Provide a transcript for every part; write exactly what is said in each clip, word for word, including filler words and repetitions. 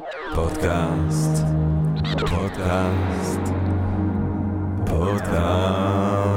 פודקאסט, פודקאסט, פודקאסט.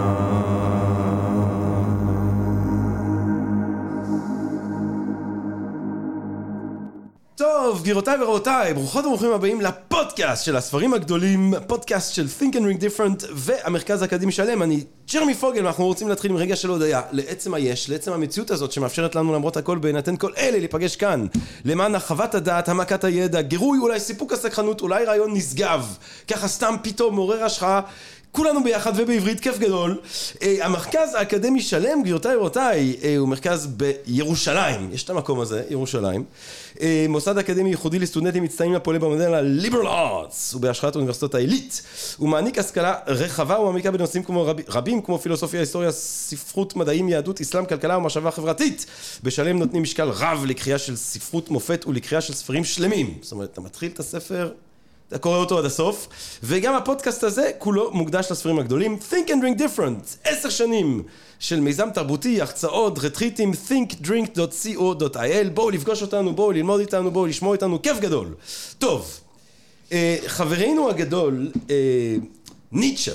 טוב, גבירותיי ורבותיי, ברוכות וברוכים הבאים לפודקאסט של הספרים הגדולים, פודקאסט של Think and Ring Different והמרכז האקדמי שלם. אני ג'רמי פוגל, ואנחנו רוצים להתחיל עם רגע של הודעה לעצם היש, לעצם המציאות הזאת שמאפשרת לנו למרות הכל בהינתן כל אלה להיפגש כאן למען החוות הדעת, העמקת הידע, גירוי, אולי סיפוק הסקרנות, אולי רעיון נשגב, ככה סתם פתאום מעורר השחאה, כולנו ביחד ובעברית, כיף גדול. המרכז האקדמי שלם, גבירותיי ורבותיי, הוא מרכז בירושלים, יש את המקום הזה, ירושלים. מוסד אקדמי ייחודי לסטודנטים מצטיינים הפועל במודל ה-Liberal Arts ובהשראת האוניברסיטאות העילית. הוא מעניק השכלה רחבה ומעמיקה בנושאים כמו רב, רבים כמו פילוסופיה, היסטוריה, ספרות, מדעים, יהדות, אסלאם, כלכלה ומחשבה חברתית. בשלם נותנים משקל רב לקריאה של ספרות מופת ולקריאה של ספרים שלמים. זאת אומרת, אתה מתחיל את הספר, אתה קורא אותו עד הסוף, וגם הפודקאסט הזה כולו מוקדש לספרים הגדולים. Think and Drink Different, עשר שנים של מיזם תרבותי, הרצאות, רטריטים, think drink dot co dot i l. בואו לפגוש אותנו, בואו ללמוד איתנו, בואו לשמוע איתנו, כיף גדול. טוב, חברינו הגדול, ניטשה,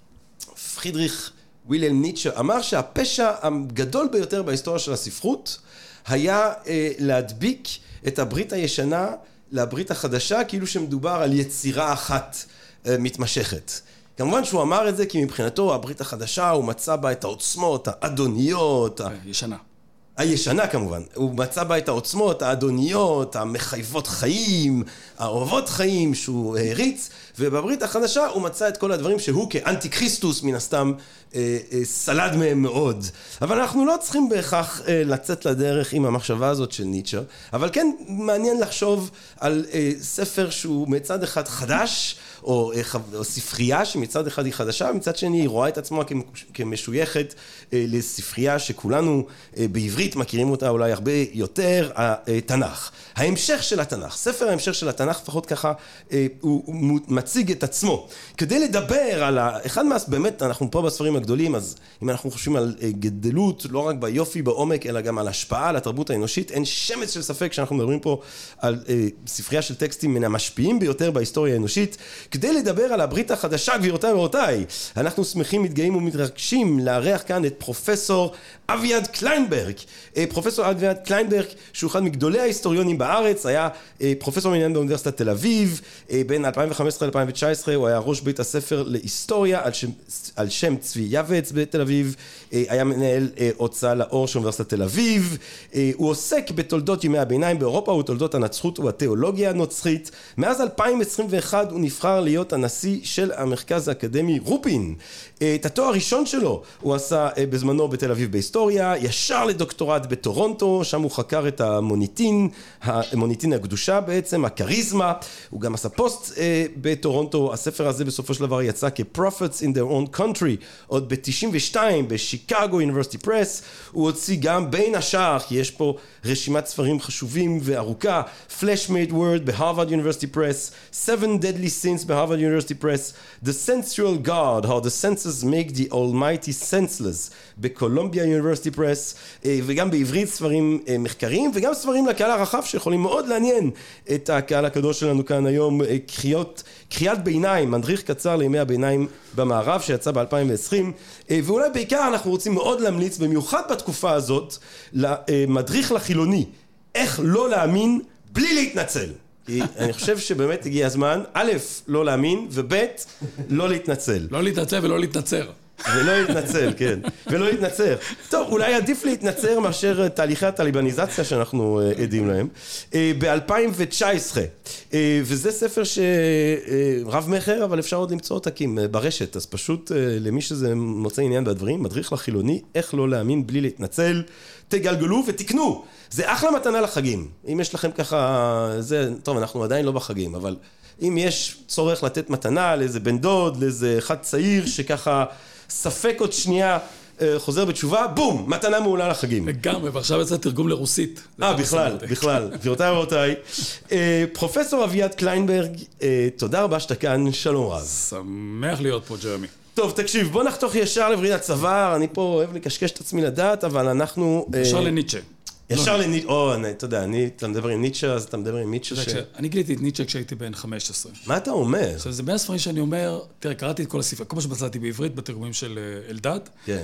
פרידריך וילהלם ניטשה, אמר שהפשע הגדול ביותר בהיסטוריה של הספרות היה להדביק את הברית הישנה לברית החדשה, כאילו שמדובר על יצירה אחת מתמשכת. כמובן שהוא אמר את זה כי מבחינתו הברית החדשה הוא מצא בה את העוצמות, האדוניות. הישנה. הישנה כמובן. הוא מצא בה את העוצמות, האדוניות, המחייבות חיים, האוהבות חיים שהוא הריץ, ובברית החדשה הוא מצא את כל הדברים שהוא כאנטי קריסטוס מן הסתם אה, אה, סלד מהם מאוד. אבל אנחנו לא צריכים בהכרח אה, לצאת לדרך עם המחשבה הזאת של ניטשה, אבל כן מעניין לחשוב על אה, ספר שהוא מצד אחד חדש, או, אה, או ספרייה שמצד אחד היא חדשה, ומצד שני היא רואה את עצמה כמשויכת אה, לספרייה שכולנו אה, בעברית מכירים אותה אולי הרבה יותר, התנ"ך. ההמשך של התנ"ך, ספר ההמשך של התנ"ך, לפחות ככה, אה, הוא, הוא מציג את עצמו. כדי לדבר על ה... אחד מה... באמת, אנחנו פה בספרים הגדולים, אז אם אנחנו חושבים על אה, גדלות, לא רק ביופי, בעומק, אלא גם על השפעה, על התרבות האנושית, אין שמץ של ספק שאנחנו מדברים פה על אה, ספרייה של טקסטים מן המשפיעים ביותר בהיסטוריה האנושית. כדי לדבר על הברית החדשה, גבירותיי ורבותיי, אנחנו שמחים, מתגאים ומתרגשים לארח כאן את פרופסור אביעד קליינברג. פרופסור אביעד קליינברג, שהוא אחד מגדולי ההיסטוריונים בארץ, היה פרופסור מעניין באוניברסיטת תל אביב, בין אלפיים וחמש עשרה ל-אלפיים תשע עשרה הוא היה ראש בית הספר להיסטוריה על שם, על שם צבי יבץ בתל אביב, היה מנהל הוצאה לאור של אוניברסיטת תל אביב, הוא עוסק בתולדות ימי הביניים באירופה ותולדות הנצרות והתיאולוגיה הנוצרית. מאז אלפיים עשרים ואחת הוא נבחר להיות הנשיא של המרכז האקדמי רופין. את התואר הראשון שלו הוא עשה בזמנו בתל אביב בהיסטוריה, ישר לדוקטורט בטורונטו, שם הוא חקר את המוניטין, המוניטין הקדושה בעצם, הקריזמה. הוא גם עשה פוסט בטורונטו. הספר הזה בסופו של דבר יצא כ-Prophets in their own country, עוד ב-תשעים ושתיים בשיקגו University Press. הוא הוציא גם בין השאר, כי יש פה רשימת ספרים חשובים וארוכה, Flesh Made Word בהרווארד University Press, Seven Deadly Sins בהרווארד University Press, The Sensual God, How the Senses Make the Almighty Senseless בקולומביה University Press, וגם בעברית ספרים מחקריים וגם ספרים לקהל הרחב שיכולים מאוד לעניין את הקהל הקדוש שלנו כאן היום. קריאות, קריאת ביניים, מדריך קצר לימי הביניים במערב שיצא ב-אלפיים ועשרים, ואולי בעיקר אנחנו רוצים מאוד להמליץ במיוחד בתקופה הזאת למדריך לחילוני, איך לא להאמין בלי להתנצל. כי אני חושב שבאמת הגיע הזמן, א', לא להאמין, וב', לא להתנצל. לא להתנצל ולא להתנצר. ולא להתנצל, כן. ולא להתנצר. טוב, אולי עדיף להתנצר מאשר תהליכי הטליבניזציה שאנחנו עדים להם. ב-אלפיים תשע עשרה, וזה ספר שרב מחר, אבל אפשר עוד למצוא אותה ברשת, אז פשוט למי שזה מוצא עניין בדברים, מדריך לחילוני, איך לא להאמין בלי להתנצל, תגלגלו ותקנו. זה אחלה מתנה לחגים. אם יש לכם ככה, זה, טוב, אנחנו עדיין לא בחגים, אבל אם יש צורך לתת מתנה לאיזה בן דוד, לאיזה אחד צעיר שככה ספק עוד שנייה חוזר בתשובה, בום, מתנה מעולה לחגים. לגמרי, ועכשיו יצא תרגום לרוסית. אה, בכלל, בכלל. גבירותיי ורבותיי, פרופסור אביעד קליינברג, תודה רבה שאתה כאן, שלום רב. שמח להיות פה, ג'רמי. טוב, תקשיב, בוא נחתוך ישר לברית הצוואר, אני פה אוהב לקשקש את עצמי לדעת, אבל אנחנו... ישר לניטשה. ישר לניטשה, או, אתה יודע, אתה מדבר עם ניטשה, אז אתה מדבר עם ניטשה ש... אני גיליתי את ניטשה כשהייתי בן חמש עשרה. מה אתה אומר? עכשיו, זה בין הספרים שאני אומר, תראה, קראתי את כל הספרים, כל מה שמצאתי בעברית, בתרגומים של אלדד,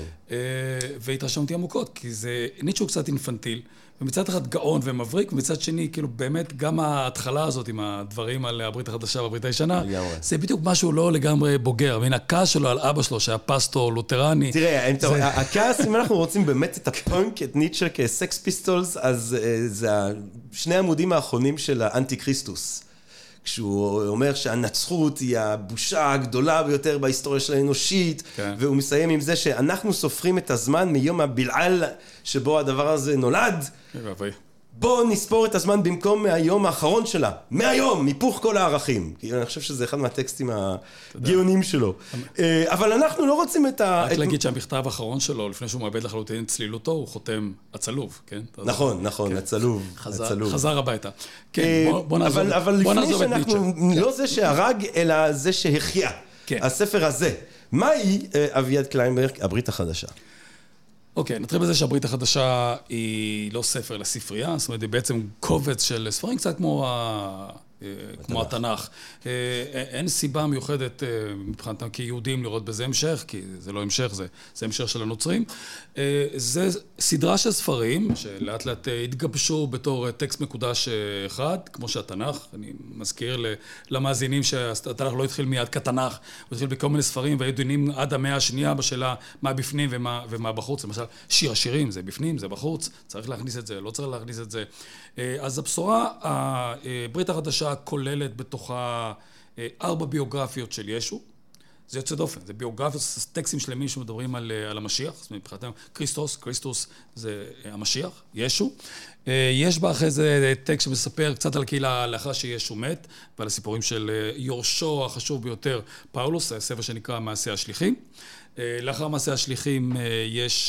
והתרשמתי עמוקות, כי זה, ניטשה הוא קצת אינפנטיל, ומצד אחד גאון ומבריק, ומצד שני, כאילו, באמת, גם ההתחלה הזאת עם הדברים על הברית החדשה והברית הישנה, זה בדיוק משהו לא לגמרי בוגר, מן הכעס שלו על אבא שלו, שהיה פסטור, לותרני. תראה, הכעס, אם אנחנו רוצים באמת את הפאנק, את ניטשה כסקס פיסטולס, אז זה שני העמודים האחרונים של האנטי כריסטוס. כשהוא אומר שהנצחות היא הבושה הגדולה ביותר בהיסטוריה של האנושית, כן. והוא מסיים עם זה שאנחנו סופרים את הזמן מיום הבלעל שבו הדבר הזה נולד. כן, בואו נספור את הזמן במקום מהיום האחרון שלה. מהיום, היפוך כל הערכים. כי אני חושב שזה אחד מהטקסטים הגאונים שלו. אבל אנחנו לא רוצים את ה... רק להגיד שהמכתב האחרון שלו, לפני שהוא מאבד לחלוטין צלילותו, הוא חותם הצלוב, כן? נכון, נכון, הצלוב. חזר הביתה. כן, בוא נעזוב את ניטשה. אבל לפני שאנחנו, לא זה שהרג, אלא זה שהחיה. הספר הזה. מהי אביעד קליינברג, הברית החדשה? אוקיי, נתחיל בזה שהברית החדשה היא לא ספר, אלא ספרייה, זאת אומרת, היא בעצם קובץ של ספרים קצת כמו ה... כמו התנ"ך. אין סיבה מיוחדת מבחינתם כיהודים לראות בזה המשך, כי זה לא המשך, זה, זה המשך של הנוצרים. זה סדרה של ספרים שלאט לאט התגבשו בתור טקסט מקודש אחד, כמו שהתנ"ך, אני מזכיר למאזינים שהתנ"ך לא התחיל מיד כתנ"ך, הוא התחיל בכל מיני ספרים והיו דיונים עד המאה השנייה בשאלה מה בפנים ומה, ומה בחוץ. למשל, שיר השירים, זה בפנים, זה בחוץ, צריך להכניס את זה, לא צריך להכניס את זה. אז הבשורה, הברית החדשה כוללת בתוכה ארבע ביוגרפיות של ישו. זה יוצא דופן, זה ביוגרפיות, טקסטים שלמים שמדברים על, על המשיח, זאת אומרת, מבחינתם, קריסטוס, קריסטוס זה המשיח, ישו. יש בה אחרי זה טקסט שמספר קצת על הקהילה לאחר שישו מת, ועל הסיפורים של יורשו החשוב ביותר, פאולוס, הספר שנקרא מעשה השליחים. לאחר מעשה השליחים יש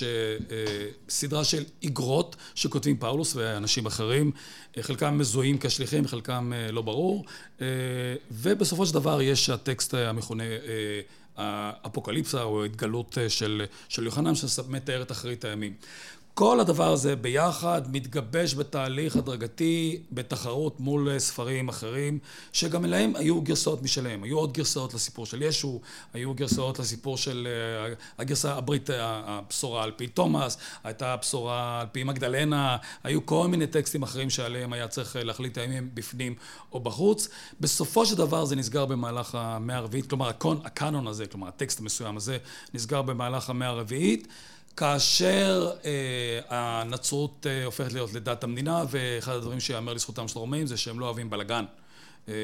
סדרה של איגרות שכותבים פאולוס ואנשים אחרים, חלקם מזוהים כשליחים, חלקם לא ברור, ובסופו של דבר יש הטקסט המכונה האפוקליפסה או התגלות של, של יוחנן שמתאר את אחרית הימים. כל הדבר הזה ביחד מתגבש בתהליך הדרגתי, בתחרות מול ספרים אחרים, שגם אליהם היו גרסאות משלהם. היו עוד גרסאות לסיפור של ישו, היו גרסאות לסיפור של הגרסה הברית, הבשורה על פי תומאס, הייתה הבשורה על פי מגדלנה, היו כל מיני טקסטים אחרים שעליהם היה צריך להחליט האם הם בפנים או בחוץ. בסופו של דבר זה נסגר במהלך המאה הרביעית, כלומר הקאנון הזה, כלומר הטקסט המסוים הזה, נסגר במהלך המאה הרביעית, כאשר אה, הנצרות אה, הופכת להיות לדת המדינה, ואחד הדברים שיאמר לזכותם של הרומאים זה שהם לא אוהבים בלגן. אה,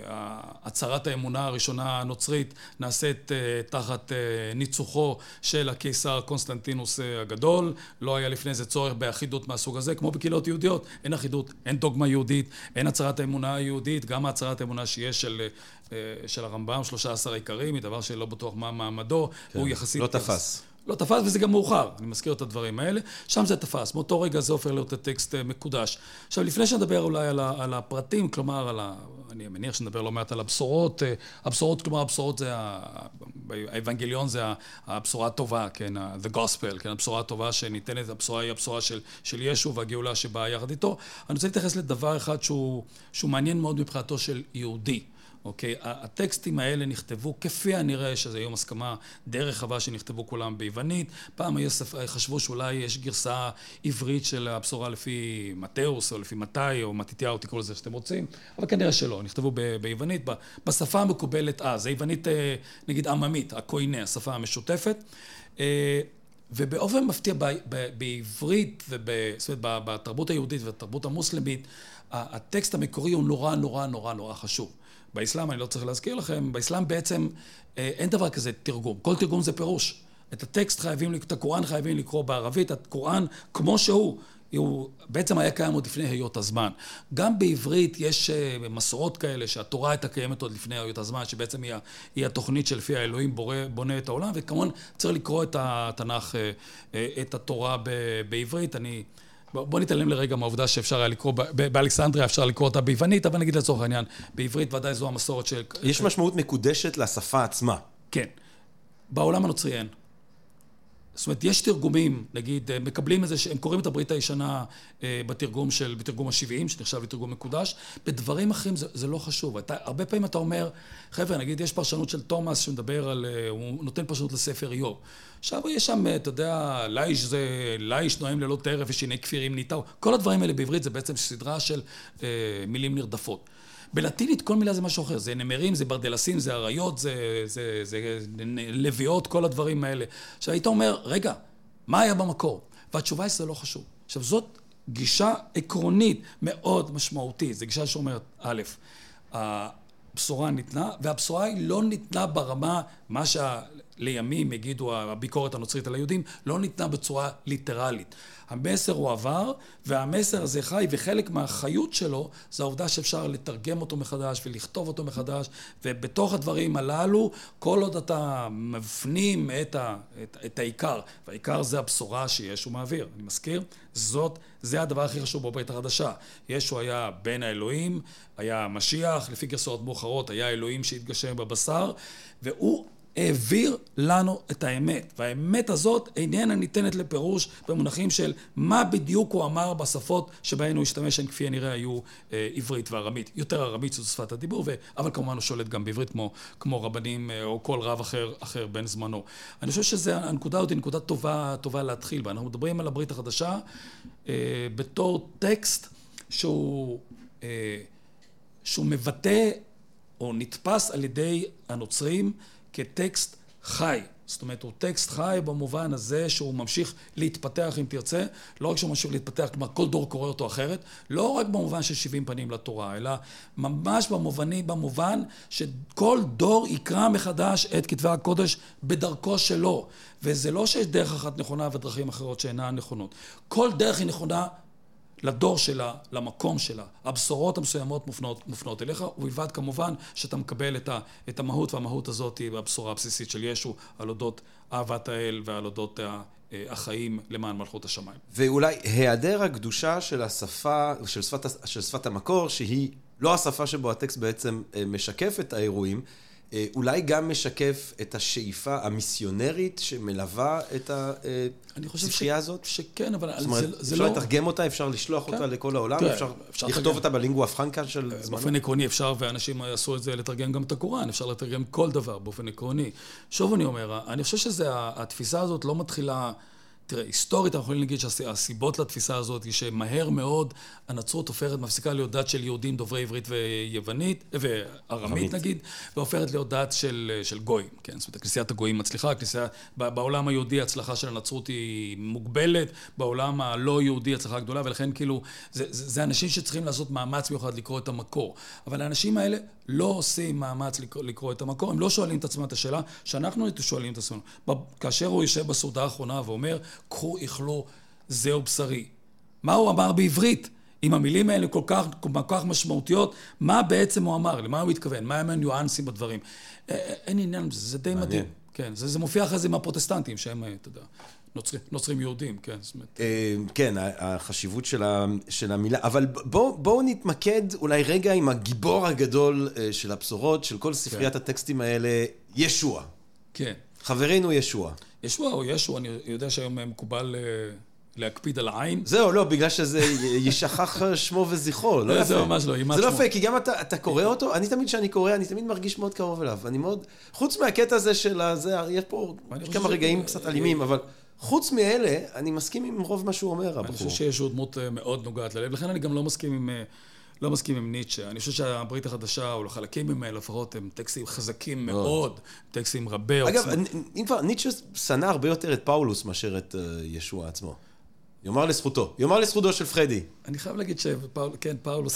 הצהרת האמונה הראשונה הנוצרית נעשית אה, תחת אה, ניצוחו של הקיסר קונסטנטינוס אה, הגדול. לא היה לפני זה צורך באחידות מהסוג הזה, כמו בקהילות יהודיות. אין אחידות, אין דוגמה יהודית, אין הצהרת האמונה היהודית, גם הצהרת האמונה שיש של... של הרמב"ם, שלושה עשר העיקרים, היא דבר שלא בטוח מה מעמדו, כן, הוא יחסית... לא תפס. לא תפס, וזה גם מאוחר, אני מזכיר את הדברים האלה. שם זה תפס, מאותו רגע זה הופך להיות טקסט מקודש. עכשיו, לפני שנדבר אולי על, ה, על הפרטים, כלומר, על ה, אני מניח שנדבר לא מעט על הבשורות, הבשורות, כלומר, הבשורות זה, האבנגליון זה הבשורה הטובה, כן, the gospel, כן, הבשורה הטובה שניתנת, הבשורה היא הבשורה של, של ישו והגאולה שבאה יחד איתו. אני רוצה להתייחס לדבר אחד שהוא, שהוא מעניין מאוד מבחינתו של יהודי. אוקיי, הטקסטים האלה נכתבו כפי הנראה שזה יום הסכמה די רחבה שנכתבו כולם ביוונית. פעם חשבו שאולי יש גרסה עברית של הבשורה לפי מתאוס או לפי מתי או מתתיהו, תקראו לזה שאתם רוצים, אבל כנראה שלא, נכתבו ב- ביוונית, בשפה המקובלת אז, זה יוונית נגיד עממית, הקוינה, השפה המשותפת. ובאופן מפתיע ב- ב- בעברית ובתרבות היהודית ובתרבות המוסלמית, הטקסט המקורי הוא נורא נורא נורא נורא חשוב. באסלאם, אני לא צריך להזכיר לכם, באסלאם בעצם אין דבר כזה תרגום. כל תרגום זה פירוש. את הטקסט חייבים, את הקוראן חייבים לקרוא בערבית, את הקוראן כמו שהוא, הוא בעצם היה קיים עוד לפני היות הזמן. גם בעברית יש מסורות כאלה שהתורה הייתה קיימת עוד לפני היות הזמן, שבעצם היא, היא התוכנית שלפי האלוהים בורא, בונה את העולם, וכמובן צריך לקרוא את התנ"ך, את התורה בעברית. אני... בוא נתעלם לרגע מהעובדה שאפשר היה לקרוא, באלכסנדריה אפשר לקרוא אותה ביוונית, אבל נגיד לצורך העניין, בעברית ודאי זו המסורת של... יש משמעות מקודשת לשפה עצמה. כן. בעולם הנוצרי אין. זאת אומרת, יש תרגומים, נגיד, מקבלים איזה, הם קוראים את הברית הישנה בתרגום של, בתרגום ה-שבעים, שנחשב לתרגום מקודש, בדברים אחרים זה, זה לא חשוב. אתה, הרבה פעמים אתה אומר, חבר'ה, נגיד, יש פרשנות של תומאס שמדבר על, הוא נותן פרשנות לספר איוב. עכשיו יש שם, אתה יודע, ליש זה, ליש נוהם ללא טרף ושיני כפירים ניטאו. כל הדברים האלה בעברית זה בעצם סדרה של אה, מילים נרדפות. בלטינית כל מילה זה משהו אחר, זה נמרים, זה ברדלסים, זה אריות, זה, זה, זה, זה לביאות, כל הדברים האלה. עכשיו היית אומר, רגע, מה היה במקור? והתשובה היא שזה לא חשוב. עכשיו זאת גישה עקרונית מאוד משמעותית, זו גישה שאומרת, א', הבשורה ניתנה, והבשורה היא לא ניתנה ברמה, מה שלימים יגידו הביקורת הנוצרית על היהודים, לא ניתנה בצורה ליטרלית. המסר הוא עבר, והמסר הזה חי, וחלק מהחיות שלו, זה העובדה שאפשר לתרגם אותו מחדש ולכתוב אותו מחדש, ובתוך הדברים הללו, כל עוד אתה מפנים את, ה, את, את העיקר, והעיקר זה הבשורה שישו מעביר. אני מזכיר, זאת, זה הדבר הכי חשוב בברית החדשה. ישו היה בן האלוהים, היה משיח, לפי גרסאות מאוחרות, היה אלוהים שהתגשם בבשר, והוא העביר לנו את האמת, והאמת הזאת איננה ניתנת לפירוש במונחים של מה בדיוק הוא אמר בשפות שבהן הוא השתמש, הן כפי הנראה היו אה, עברית וארמית. יותר ארמית זו שפת הדיבור, ו... אבל כמובן הוא שולט גם בעברית כמו, כמו רבנים אה, או כל רב אחר, אחר בין זמנו. אני חושב שהנקודה הזאת היא נקודה טובה, טובה להתחיל בה. אנחנו מדברים על הברית החדשה אה, בתור טקסט שהוא, אה, שהוא מבטא או נתפס על ידי הנוצרים כטקסט חי. זאת אומרת, הוא טקסט חי במובן הזה שהוא ממשיך להתפתח, אם תרצה, לא רק שהוא ממשיך להתפתח, כלומר כל דור קורא אותו אחרת, לא רק במובן של שבעים פנים לתורה, אלא ממש במובני, במובן שכל דור יקרא מחדש את כתבי הקודש בדרכו שלו. וזה לא שיש דרך אחת נכונה ודרכים אחרות שאינן נכונות. כל דרך היא נכונה לדור שלה, למקום שלה. הבשורות המסוימות מופנות, מופנות אליך, ובלבד כמובן שאתה מקבל את, ה, את המהות, והמהות הזאת היא הבשורה הבסיסית של ישו, על אודות אהבת האל ועל אודות החיים למען מלכות השמיים. ואולי היעדר הקדושה של השפה, של שפת, של שפת המקור, שהיא לא השפה שבו הטקסט בעצם משקף את האירועים, אולי גם משקף את השאיפה המיסיונרית שמלווה את הספרייה הזאת? שכן, אבל זאת אומרת, אפשר לתרגם אותה, אפשר לשלוח אותה לכל העולם, אפשר לכתוב אותה בלינגואה פרנקה של זמנו? באופן עקרוני אפשר, ואנשים עשו את זה לתרגם גם את הקוראן, אפשר לתרגם כל דבר באופן עקרוני. שוב אני אומר, אני חושב שהתפיסה הזאת לא מתחילה, תראה, היסטורית אנחנו יכולים להגיד שהסיבות לתפיסה הזאת היא שמהר מאוד הנצרות הופכת, מפסיקה להיות דת של יהודים דוברי עברית ויוונית, וארמית נגיד, והופכת להיות דת של, של גויים, כן? זאת אומרת, כנסיית הגויים מצליחה, הכנסייה, בעולם היהודי הצלחה של הנצרות היא מוגבלת, בעולם הלא יהודי הצלחה גדולה, ולכן כאילו, זה, זה, זה אנשים שצריכים לעשות מאמץ מיוחד לקרוא את המקור. אבל האנשים האלה לא עושים מאמץ לקרוא, לקרוא את המקור, הם לא שואלים את עצמם את השאלה שאנחנו שואלים את עצמנו. כאשר הוא יושב בסעודה האחרונה ואומר, קחו, איכלו, זהו בשרי. מה הוא אמר בעברית? אם המילים האלה כל כך, כל כך משמעותיות, מה בעצם הוא אמר? למה הוא התכוון? מה הם הניואנסים בדברים? אין עניין, זה די מדהים. כן, זה, זה מופיע אחרי זה עם הפרוטסטנטים, שהם, אתה יודע, נוצרים, נוצרים יהודים, כן. זאת אומרת. כן, החשיבות של, ה, של המילה, אבל בואו בוא נתמקד אולי רגע עם הגיבור הגדול של הבשורות, של כל ספריית כן. הטקסטים האלה, ישוע. כן. חברינו ישוע. ישוע או ישוע, אני יודע שהיום מקובל להקפיד על העין. זהו, לא, בגלל שזה ישכח שמו וזכרו, לא יפה. זה ממש לא, זה לא יפה, כי גם אתה, אתה קורא אותו, אני תמיד שאני קורא, אני תמיד מרגיש מאוד קרוב אליו. אני מאוד, חוץ מהקטע הזה של הזה, יש פה כמה רגעים קצת אלימים, אבל חוץ מאלה, אני מסכים עם רוב מה שהוא אומר. אני חושב שיש עוד דמות מאוד נוגעת ללב, לכן אני גם לא מסכים עם... לא מסכים עם ניטשה. אני חושב שהברית החדשה, או לחלקים ממנו לפחות, הם טקסטים חזקים מאוד, טקסטים רבי עוצמה. אגב, אם כבר, ניטשה שנא הרבה יותר את פאולוס מאשר את ישוע עצמו. יאמר לזכותו. יאמר לזכותו של פרדי. אני חייב להגיד שכן, פאולוס,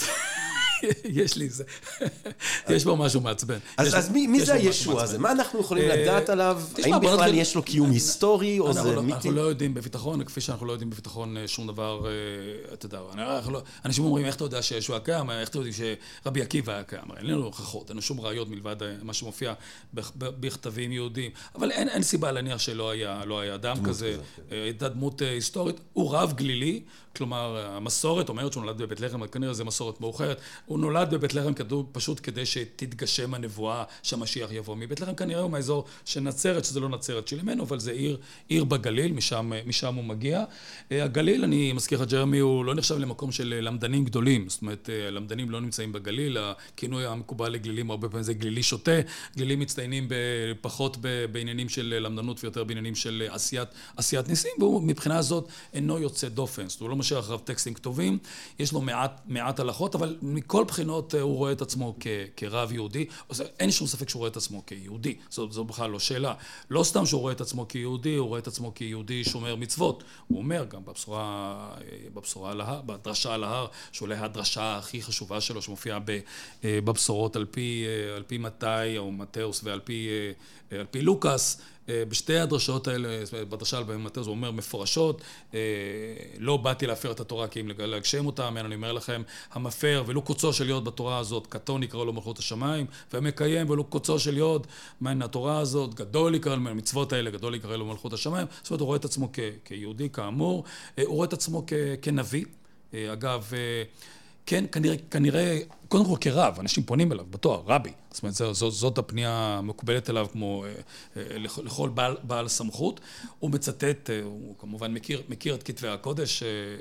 יש לי זה. יש בו משהו מעצבן. אז מי זה הישוע הזה? מה אנחנו יכולים לדעת עליו? האם בכלל יש לו קיום היסטורי או זה מיתי? אנחנו לא יודעים בביטחון, כפי שאנחנו לא יודעים בביטחון שום דבר, אתה יודע, אנשים אומרים, איך אתה יודע שישוע קיים? איך אתה יודע שרבי עקיבא היה קיים? אין לנו הוכחות, אין לנו שום ראיות מלבד מה שמופיע בכתבים יהודיים. אבל אין סיבה להניח שלא היה אדם כזה, הייתה דמות היסטורית. הוא רב גלילי, כלומר, המסורת אומרת שהוא נולד בבית לחם, כנראה זה מסורת מאוחרת. הוא נולד בבית לחם פשוט כדי שתתגשם הנבואה שהמשיח יבוא. מבית לחם כנראה הוא מהאזור של נצרת, שזה לא נצרת של ימינו, אבל זה עיר, עיר בגליל, משם, משם הוא מגיע. הגליל, אני מזכיר לך, ג'רמי, הוא לא נחשב למקום של למדנים גדולים. זאת אומרת, למדנים לא נמצאים בגליל, הכינוי המקובל לגלילים הרבה פעמים זה גלילי שוטה. גלילים מצטיינים פחות בעניינים של למדנות ויותר בעניינים של עשיית, עשיית ניסים, והוא מבחינה הזאת אינו יוצא דופן. זאת אומרת, הוא לא משאיר אחריו טקסטים כתובים, יש לו מעט, מעט הלכות, אבל מכל בחינות הוא רואה את עצמו כ, כרב יהודי. אין שום ספק שהוא רואה את עצמו כיהודי. זו, זו בכלל לא שאלה. לא סתם שהוא רואה את עצמו כיהודי, הוא רואה את עצמו כיהודי שומר מצוות. הוא אומר גם בבשורה, בבשורה על ההר, בדרשה על ההר, שאולי הדרשה הכי חשובה שלו, שמופיעה בבשורות על פי, על פי מתי או מתאוס ועל פי, על פי לוקאס. בשתי הדרשות האלה, בדרשה על מתאוס, הוא אומר מפורשות, לא באתי להפר את התורה כי אם להגשם אותה, אני אומר לכם, המפר ולו קוצו של יוד בתורה הזאת, קטון יקרא לו מלכות השמיים, והמקיים ולו קוצו של יוד מן התורה הזאת, גדול יקרא לו, מהמצוות האלה, גדול יקרא לו מלכות השמיים. זאת אומרת, הוא רואה את עצמו כ- כיהודי, כאמור, הוא רואה את עצמו כ- כנביא. אגב, כן, כנראה, כנראה, קודם כל כרב, אנשים פונים אליו בתואר, רבי. זאת אומרת, זאת, זאת הפנייה המקובלת אליו כמו לכל בעל, בעל סמכות. הוא מצטט, הוא כמובן מכיר, מכיר את כתבי הקודש,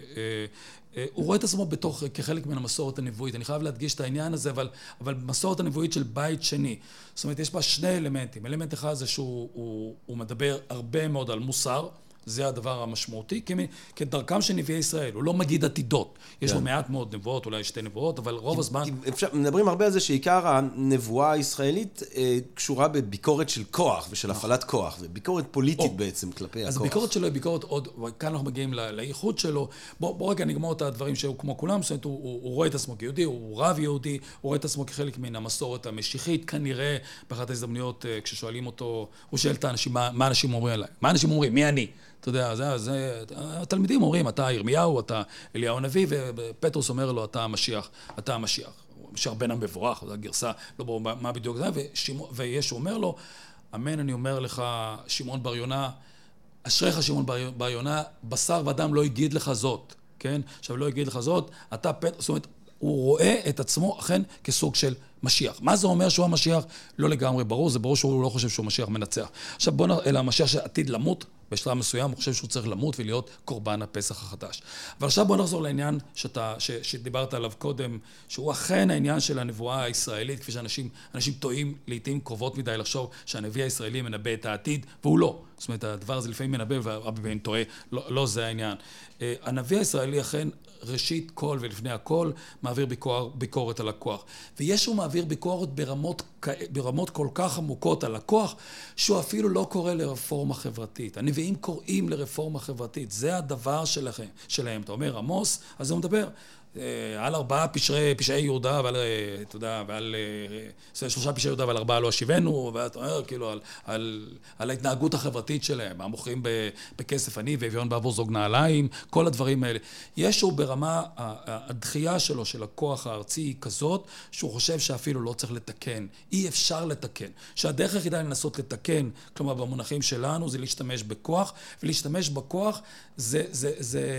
הוא רואה את עצמו בתוך, כחלק מן המסורת הנבואית. אני חייב להדגיש את העניין הזה, אבל, אבל מסורת הנבואית של בית שני. זאת אומרת, יש בה שני אלמנטים. אלמנט אחד זה שהוא הוא, הוא מדבר הרבה מאוד על מוסר, זה הדבר המשמעותי, כדרכם של נביאי ישראל, הוא לא מגיד עתידות. יש לו מעט מאוד נבואות, אולי שתי נבואות, אבל רוב הזמן... מדברים הרבה על זה שעיקר הנבואה הישראלית קשורה בביקורת של כוח ושל הפעלת כוח, וביקורת פוליטית בעצם כלפי הכוח. אז הביקורת שלו היא ביקורת עוד, כאן אנחנו מגיעים לייחוד שלו, בואו רגע נגמור את הדברים שהוא כמו כולם, זאת אומרת, הוא רואה את עצמו כיהודי, הוא רב יהודי, הוא רואה את עצמו כחלק מן המסורת המשיחית, כנראה באחת ההזדמנויות כששואלים אותו, הוא שואל את האנשים, מה אנשים אומרים עליי? מה אנשים אומרים? מי אני? אתה יודע, זה, זה, התלמידים אומרים, אתה ירמיהו, אתה אליהו הנביא, ופטרוס אומר לו, אתה המשיח, אתה המשיח. הוא המשיח בן המבורך, זו הגרסה, לא ברור מה בדיוק זה, וישו אומר לו, אמן, אני אומר לך, שמעון בר יונה, אשריך שמעון בר יונה, בשר ודם לא יגיד לך זאת, כן? עכשיו, לא יגיד לך זאת, אתה פטרוס, זאת אומרת, הוא רואה את עצמו אכן כסוג של משיח. מה זה אומר שהוא המשיח? לא לגמרי ברור, זה ברור שהוא לא חושב שהוא משיח מנצח. עכשיו בוא נראה, אלא המשיח שעתיד למות, בשלב מסוים הוא חושב שהוא צריך למות ולהיות קורבן הפסח החדש. אבל עכשיו בוא נחזור לעניין שאתה, ש, שדיברת עליו קודם, שהוא אכן העניין של הנבואה הישראלית, כפי שאנשים אנשים טועים לעתים קרובות מדי לחשוב שהנביא הישראלי מנבא את העתיד, והוא לא. זאת אומרת, הדבר הזה לפעמים מנבא והרבה פעמים טועה, לא, לא זה העניין. הנביא הישראלי אכן ראשית כל ולפני הכל מעביר ביקור, ביקורת על הכוח. ויש הוא מעביר ביקורת ברמות, ברמות כל כך עמוקות על הכוח, שהוא אפילו לא קורא לרפורמה חברתית. הנביאים קוראים לרפורמה חברתית. זה הדבר שלכם, שלהם. אתה אומר, עמוס, אז הוא מדבר. על ארבעה פשעי, פשעי יהודה, ועל, אתה יודע, ועל שלושה פשעי יהודה ועל ארבעה לא השיבנו, ואתה אומר, כאילו, על, על, על ההתנהגות החברתית שלהם, המוכרים בכסף עני ואביון בעבור זוג נעליים, כל הדברים האלה. ישו ברמה, הדחייה שלו, של הכוח הארצי, היא כזאת, שהוא חושב שאפילו לא צריך לתקן. אי אפשר לתקן. שהדרך היחידה לנסות לתקן, כלומר, במונחים שלנו, זה להשתמש בכוח, ולהשתמש בכוח זה, זה, זה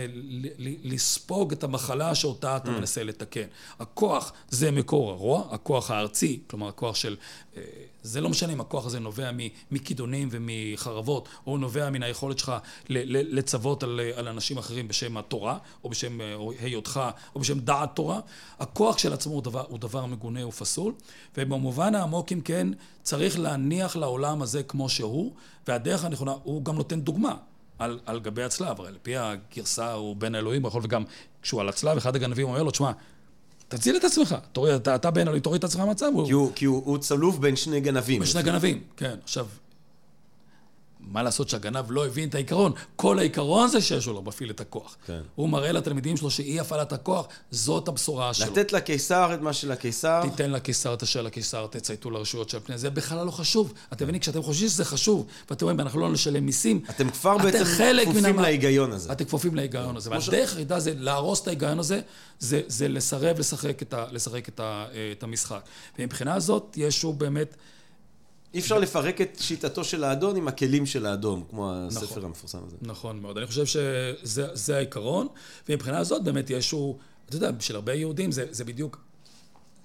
לספוג את המחלה שאותה אתה מנסה לתקן. הכוח זה מקור הרוע, הכוח הארצי, כלומר הכוח של, זה לא משנה אם הכוח הזה נובע מכידונים ומחרבות, או נובע מן היכולת שלך לצוות על, על אנשים אחרים בשם התורה, או בשם היותך, או בשם דעת תורה. הכוח של עצמו הוא דבר, הוא דבר מגונה ופסול, ובמובן העמוק אם כן, צריך להניח לעולם הזה כמו שהוא, והדרך הנכונה, הוא גם נותן דוגמה. על, על גבי הצלב, הרי לפי הגרסה הוא בן האלוהים, יכול וגם כשהוא על הצלב, אחד הגנבים אומר לו, תשמע, תציל את עצמך, תוריד, אתה, אתה בן אלוהים, תוריד את עצמך מהמצב. כי, הוא, כי הוא, הוא צלוב בין שני גנבים. בין שני גנבים, כן. עכשיו, מה לעשות שהגנב לא הבין את העיקרון? כל העיקרון זה שיש לו מפעיל את הכוח. כן. הוא מראה לתלמידים שלו שאי הפעלת הכוח, זאת הבשורה שלו. לתת לקיסר את מה של הקיסר. תיתן לקיסר את אשר לקיסר, תצייתו לרשויות של פני. זה בכלל לא חשוב. אתם מבינים, כשאתם חושבים שזה חשוב, ואתם אומרים, אנחנו לא נשלם מיסים, אתם כבר בעצם כפופים להיגיון הזה. אתם כפופים להיגיון הזה. והדרך היחידה זה להרוס את ההיגיון הזה, זה לסרב לשחק את המשחק. ומבחינה הזאת, ישו באמת אי אפשר לפרק את שיטתו של האדון עם הכלים של האדון, כמו הספר המפורסם הזה. נכון מאוד. אני חושב שזה העיקרון, ומבחינה הזאת באמת ישו, אתה יודע, של הרבה יהודים, זה, זה בדיוק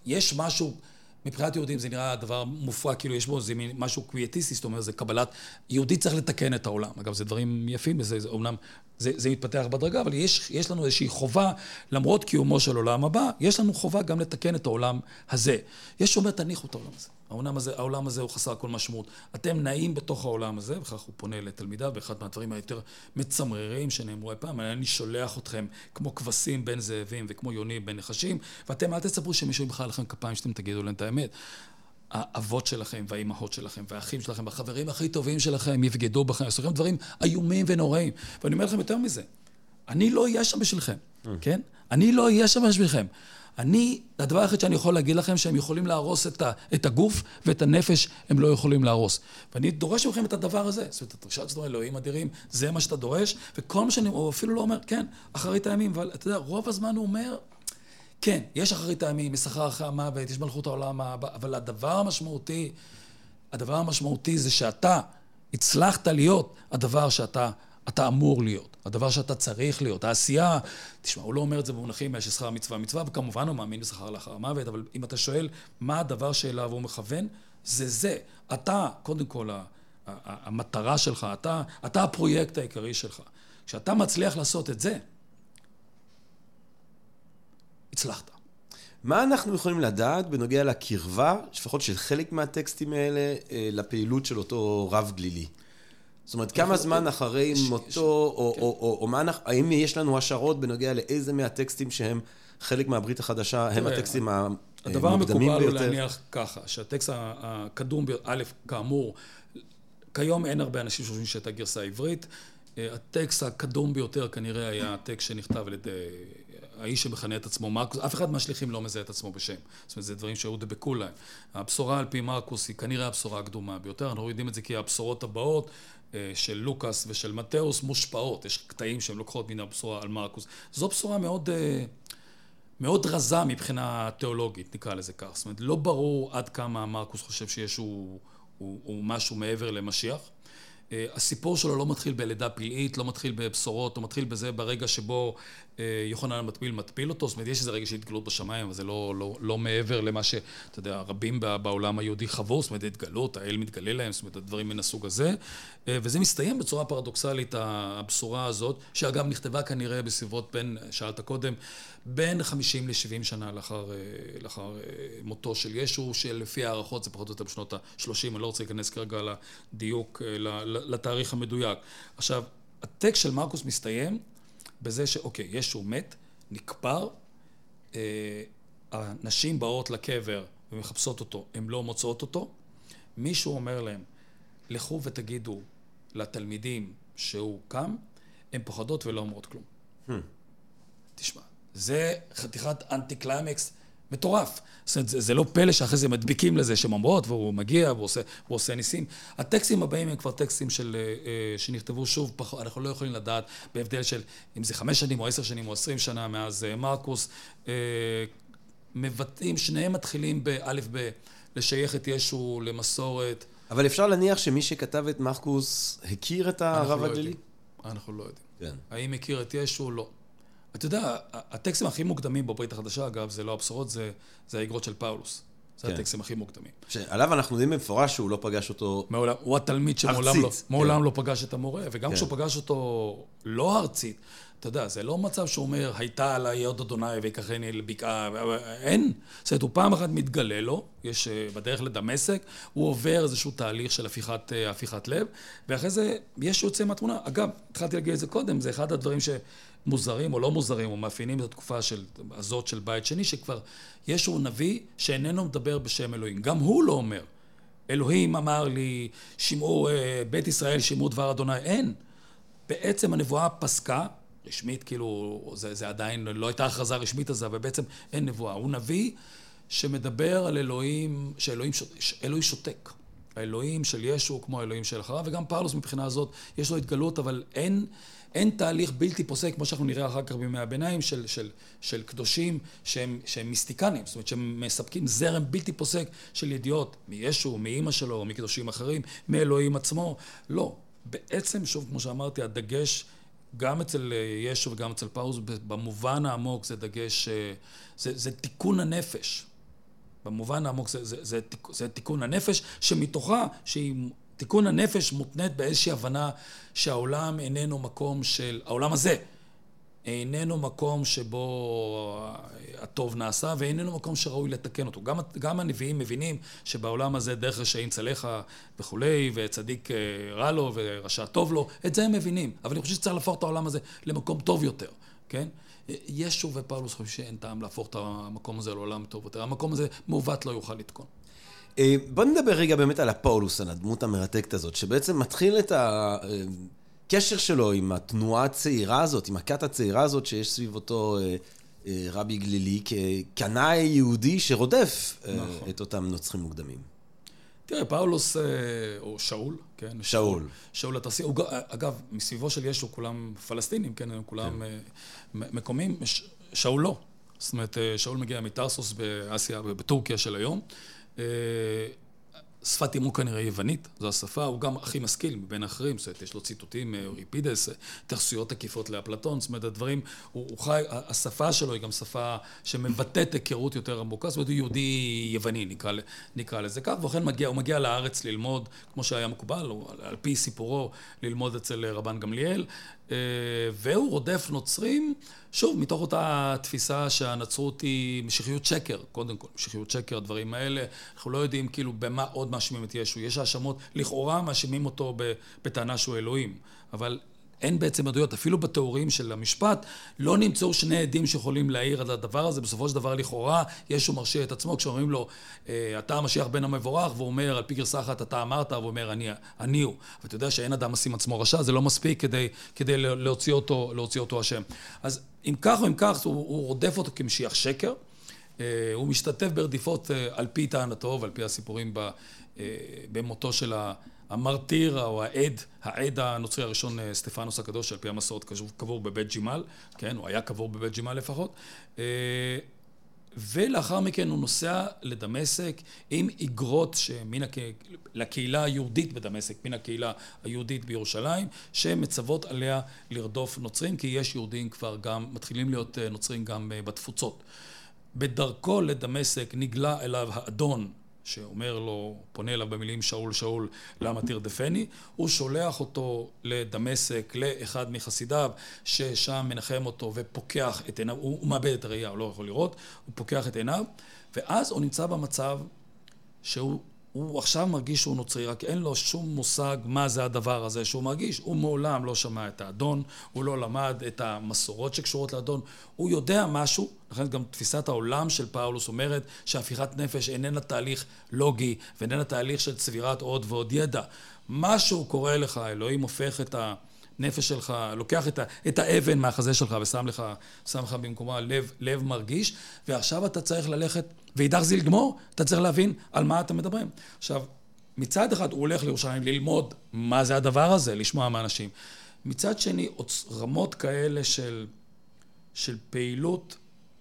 יש משהו, מבחינת יהודים זה נראה דבר מופרע, כאילו יש בו זה משהו קוויאטיסטי, זאת אומרת, זה קבלת, יהודי צריך לתקן את העולם. אגב, זה דברים יפים, זה, זה, אומנם זה, זה מתפתח בדרגה, אבל יש, יש לנו איזושהי חובה, למרות קיומו של עולם הבא, יש לנו חובה גם לתקן את העולם הזה. יש שאומר, תניחו את העולם הזה. העולם הזה, העולם הזה הוא חסר כל משמעות. אתם נעים בתוך העולם הזה, וכך הוא פונה לתלמידיו, באחד מהדברים היותר מצמררים שנאמרו פעם, אני שולח אתכם כמו כבשים בין זאבים וכמו יונים בין נחשים, ואתם אל תספרו שמישהו ימחא לכם כפיים שאתם תגידו להם את האמת. האבות שלכם והאימהות שלכם והאחים שלכם והחברים הכי טובים שלכם יבגדו בכם, יעשו לכם דברים איומים ונוראים. ואני אומר לכם יותר מזה, אני לא אהיה שם בשבילכם, כן? אני לא אהיה שם בשבילכם. אני, הדבר היחיד שאני יכול להגיד לכם, שהם יכולים להרוס את, ה, את הגוף ואת הנפש, הם לא יכולים להרוס. ואני דורש מכם את הדבר הזה. זאת אומרת, הדרישת שלנו, אלוהים אדירים, זה מה שאתה דורש, וכל מה שאני, הוא אפילו לא אומר, כן, אחרית הימים, אבל אתה יודע, רוב הזמן הוא אומר, כן, יש אחרית הימים, משכר אחרי המוות, יש מלכות העולם הבא, אבל הדבר המשמעותי, הדבר המשמעותי זה שאתה הצלחת להיות הדבר שאתה אתה אמור להיות, הדבר שאתה צריך להיות, העשייה, תשמע, הוא לא אומר את זה במונחים ששכר מצווה מצווה, וכמובן הוא מאמין בשכר לאחר המוות, אבל אם אתה שואל מה הדבר שאליו הוא מכוון, זה זה. אתה, קודם כל, המטרה שלך, אתה, אתה הפרויקט העיקרי שלך. כשאתה מצליח לעשות את זה, הצלחת. מה אנחנו יכולים לדעת בנוגע לקרבה, לפחות של חלק מהטקסטים האלה, לפעילות של אותו רב גלילי? זאת אומרת, כמה זמן אחרי מותו, או האם יש לנו השערות בנוגע לאיזה מהטקסטים שהם חלק מהברית החדשה, הם הטקסטים המוקדמים ביותר? הדבר המקובל הוא להניח ככה, שהטקסט הקדום, א', כאמור, כיום אין הרבה אנשים שחושבים שהייתה גרסה עברית, הטקסט הקדום ביותר כנראה היה הטקסט שנכתב על ידי האיש שמכנה את עצמו מרקוס, אף אחד מהשליחים לא מזהה את עצמו בשם. זאת אומרת, זה דברים שהיו דבקו להם. הבשורה על פי מרקוס היא כנראה הבשורה הקדומה ביותר, אנחנו יודעים את זה כי הבשורות הבאות של לוקאס ושל מתאוס מושפעות, יש קטעים שהם לוקחות מן הבשורה על מרקוס. זו בשורה מאוד, מאוד רזה מבחינה תיאולוגית, נקרא לזה כך. זאת אומרת, לא ברור עד כמה מרקוס חושב שיש הוא, הוא, הוא משהו מעבר למשיח. הסיפור שלו לא מתחיל בלידה פלאית, לא מתחיל בבשורות, הוא מתחיל בזה ברגע שבו יוחנן המטביל מטביל אותו, זאת אומרת, יש איזה רגע של התגלות בשמיים, אבל זה לא, לא, לא מעבר למה שאתה יודע, רבים בעולם היהודי חוו, זאת אומרת, התגלות, האל מתגלה להם, זאת אומרת, הדברים מן הסוג הזה, וזה מסתיים בצורה פרדוקסלית, הבשורה הזאת, שאגב נכתבה כנראה בסביבות בין, שאלת קודם, בין חמישים לשבעים שנה לאחר, לאחר מותו של ישו, שלפי הערכות זה פחות או יותר בשנות ה-שלושים, אני לא רוצה להיכנס כרגע לדיוק, לתאריך המדויק. עכשיו, הטקסט של מרקוס מסתיים בזה שאוקיי, ישו מת, נקבר, אה, הנשים באות לקבר ומחפשות אותו, הן לא מוצאות אותו, מישהו אומר להם, לכו ותגידו לתלמידים שהוא קם, הן פוחדות ולא אומרות כלום. Hmm. תשמע, זה חתיכת אנטי-קליימקס מטורף. זאת אומרת, זה, זה לא פלא שאחרי זה מדביקים לזה שהן אומרות, והוא מגיע והוא עושה, והוא עושה ניסים. הטקסטים הבאים הם כבר טקסטים של, שנכתבו שוב, אנחנו לא יכולים לדעת בהבדל של אם זה חמש שנים או עשר שנים או עשרים שנה מאז מרקוס, מבטאים, שניהם מתחילים באלף ב, לשייך את ישו למסורת. אבל אפשר להניח שמי שכתב את מרקוס הכיר את הרב הגלילי? אנחנו לא יודעים. כן. האם הכיר את ישו? לא. אתה יודע, הטקסטים הכי מוקדמים בברית החדשה, אגב, זה לא הבשורות, זה, זה האגרות של פאולוס. זה כן. הטקסטים הכי מוקדמים. שעליו אנחנו יודעים במפורש שהוא לא פגש אותו מעולם, הוא התלמיד שמעולם לא, מעולם כן. לא פגש את המורה, וגם כן. כשהוא פגש אותו לא ארצית, אתה יודע, זה לא מצב שהוא אומר, הייתה עליי יד אדוני ויקחני לבקעה, אין. זאת אומרת, הוא פעם אחת מתגלה לו, יש בדרך לדמשק, הוא עובר איזשהו תהליך של הפיכת, הפיכת לב, ואחרי זה יש יוצא מהתמונה. אגב, התחלתי להגיד את זה קודם, זה אחד הדברים שמוזרים או לא מוזרים, או מאפיינים את התקופה של, הזאת של בית שני, שכבר ישו נביא שאיננו מדבר בשם אלוהים. גם הוא לא אומר, אלוהים אמר לי, שמעו, בית ישראל שמעו דבר אדוני, אין. בעצם הנבואה פסקה, רשמית, כאילו, זה, זה עדיין לא הייתה הכרזה רשמית הזה, אבל בעצם אין נבואה. הוא נביא שמדבר על אלוהים, שאלוהים אלוהים שותק. האלוהים של ישו כמו האלוהים של אחריו, וגם פאולוס מבחינה הזאת, יש לו התגלות, אבל אין, אין תהליך בלתי פוסק, כמו שאנחנו נראה אחר כך בימי הביניים, של, של, של קדושים שהם, שהם מיסטיקנים, זאת אומרת, שהם מספקים זרם בלתי פוסק של ידיעות מישו, מאמא שלו, או מקדושים אחרים, מאלוהים עצמו. לא. בעצם, שוב, כמו שאמרתי, הדגש גם אצל ישו וגם אצל פאולוס, במובן העמוק זה דגש, זה, זה תיקון הנפש. במובן העמוק זה, זה, זה, זה תיקון הנפש, שמתוכה, שהיא, תיקון הנפש מותנית באיזושהי הבנה שהעולם איננו מקום של, העולם הזה, איננו מקום שבו הטוב נעשה, ואיננו מקום שראוי לתקן אותו. גם, גם הנביאים מבינים שבעולם הזה דרך רשעים צלחה וכולי, וצדיק רע לו ורשע טוב לו, את זה הם מבינים. אבל אני חושב שצריך להפוך את העולם הזה למקום טוב יותר, כן? ישו ופאולוס חושבים שאין טעם להפוך את המקום הזה לעולם טוב יותר. המקום הזה מעוות לא יוכל לתקון. בוא נדבר רגע באמת על הפאולוס, על הדמות המרתקת הזאת, שבעצם מתחיל את ה... קשר שלו עם התנועה הצעירה הזאת, עם הכת הצעירה הזאת שיש סביב אותו רבי גלילי, כקנאי יהודי שרודף נכון. את אותם נוצרים מוקדמים. תראה, פאולוס, או שאול, כן? שאול. שאול התרסי, אגב, מסביבו של ישו כולם פלסטינים, כן? הם כולם כן. מקומים, שאול לא. זאת אומרת, שאול מגיע מטרסוס באסיה, בטורקיה של היום. שפת אימו כנראה יוונית, זו השפה, הוא גם הכי משכיל מבין אחרים, זאת אומרת, יש לו ציטוטים, אוריפידס, התייחסויות עקיפות לאפלטון, זאת אומרת, הדברים, הוא, הוא חי, השפה שלו היא גם שפה שמבטאת היכרות יותר עמוקה, זאת אומרת, הוא יהודי יווני, נקרא, נקרא לזה כך, וכן מגיע, הוא מגיע לארץ ללמוד, כמו שהיה מקובל, הוא, על פי סיפורו, ללמוד אצל רבן גמליאל, והוא רודף נוצרים, שוב, מתוך אותה תפיסה שהנצרות היא משיחיות שקר, קודם כל, משיחיות שקר, הדברים האלה, אנחנו לא יודעים כאילו במה עוד מאשימים את ישו, יש האשמות, לכאורה מאשימים אותו בטענה שהוא אלוהים, אבל אין בעצם עדויות, אפילו בתיאורים של המשפט, לא נמצאו שני עדים שיכולים להעיר על הדבר הזה, בסופו של דבר לכאורה, ישו מרשיע את עצמו, כשאומרים לו, אתה המשיח בן המבורך, והוא אומר, על פי גרסה אחת אתה אמרת, והוא אומר, אני, אני הוא. ואתה יודע שאין אדם עושים עצמו רשע, זה לא מספיק כדי, כדי להוציא אותו, להוציא אותו השם. אז אם כך או אם כך, הוא, הוא רודף אותו כמשיח שקר, הוא משתתף ברדיפות על פי טענתו, ועל פי הסיפורים במותו של ה... המרטיר או העד, העד הנוצרי הראשון סטפנוס הקדוש, על פי המסורת קבור בבית ג'ימל, כן, הוא היה קבור בבית ג'ימל לפחות, ולאחר מכן הוא נוסע לדמשק עם איגרות שמן הק... לקהילה היהודית בדמשק, מן הקהילה היהודית בירושלים, שמצוות עליה לרדוף נוצרים, כי יש יהודים כבר גם, מתחילים להיות נוצרים גם בתפוצות. בדרכו לדמשק נגלה אליו האדון, שאומר לו, פונה אליו במילים שאול שאול, למה תרדפני? הוא שולח אותו לדמשק, לאחד מחסידיו, ששם מנחם אותו ופוקח את עיניו, הוא, הוא מאבד את הראייה, הוא לא יכול לראות, הוא פוקח את עיניו, ואז הוא נמצא במצב שהוא הוא עכשיו מרגיש שהוא נוצרי, רק אין לו שום מושג מה זה הדבר הזה שהוא מרגיש. הוא מעולם לא שמע את האדון, הוא לא למד את המסורות שקשורות לאדון, הוא יודע משהו, לכן גם תפיסת העולם של פאולוס אומרת שהפיכת נפש איננה תהליך לוגי, ואיננה תהליך של צבירת עוד ועוד ידע. משהו קורה לך, אלוהים הופך את ה... נפש שלך, לוקח את, ה, את האבן מהחזה שלך ושם לך, שם לך במקומה לב, לב מרגיש, ועכשיו אתה צריך ללכת, ואידך זיל גמור, אתה צריך להבין על מה אתם מדברים. עכשיו, מצד אחד הוא הולך לירושלים ללמוד מה זה הדבר הזה, לשמוע מאנשים. מצד שני, רמות כאלה של, של פעילות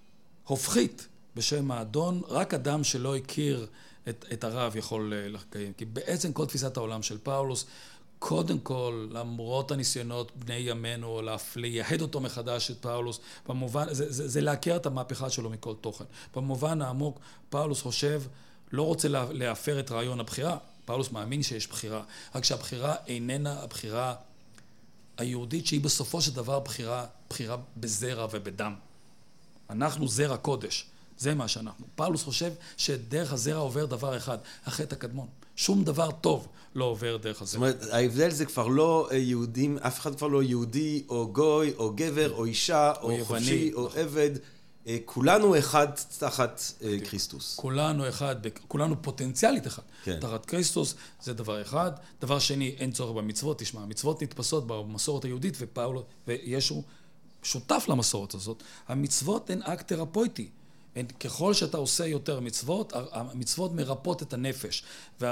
הופכית בשם האדון, רק אדם שלא הכיר את, את הרב יכול לקיים. כי בעצם כל תפיסת העולם של פאולוס, קודם כל, למרות הניסיונות בני ימינו, לייחד אותו מחדש את פאולוס, במובן, זה, זה, זה להכיר את המהפכה שלו מכל תוכן. במובן העמוק, פאולוס חושב, לא רוצה להפר את רעיון הבחירה. פאולוס מאמין שיש בחירה, רק שהבחירה איננה הבחירה היהודית, שהיא בסופו של דבר בחירה, בחירה בזרע ובדם. אנחנו זרע קודש, זה מה שאנחנו. פאולוס חושב שדרך הזרע עובר דבר אחד, החטא הקדמון. שום דבר טוב לא עובר דרך הזרע. זאת אומרת, ההבדל זה כבר לא יהודים, אף אחד כבר לא יהודי או גוי או גבר או אישה או, או חופשי או עבד. כולנו אחד תחת קריסטוס. כולנו אחד, כולנו פוטנציאלית אחד. כן. תחת קריסטוס זה דבר אחד. דבר שני, אין צורך במצוות. תשמע, המצוות נתפסות במסורת היהודית ופאולוס וישו שותף למסורת הזאת. המצוות הן אקט תרפויטי. ככל שאתה עושה יותר מצוות, המצוות מרפות את הנפש,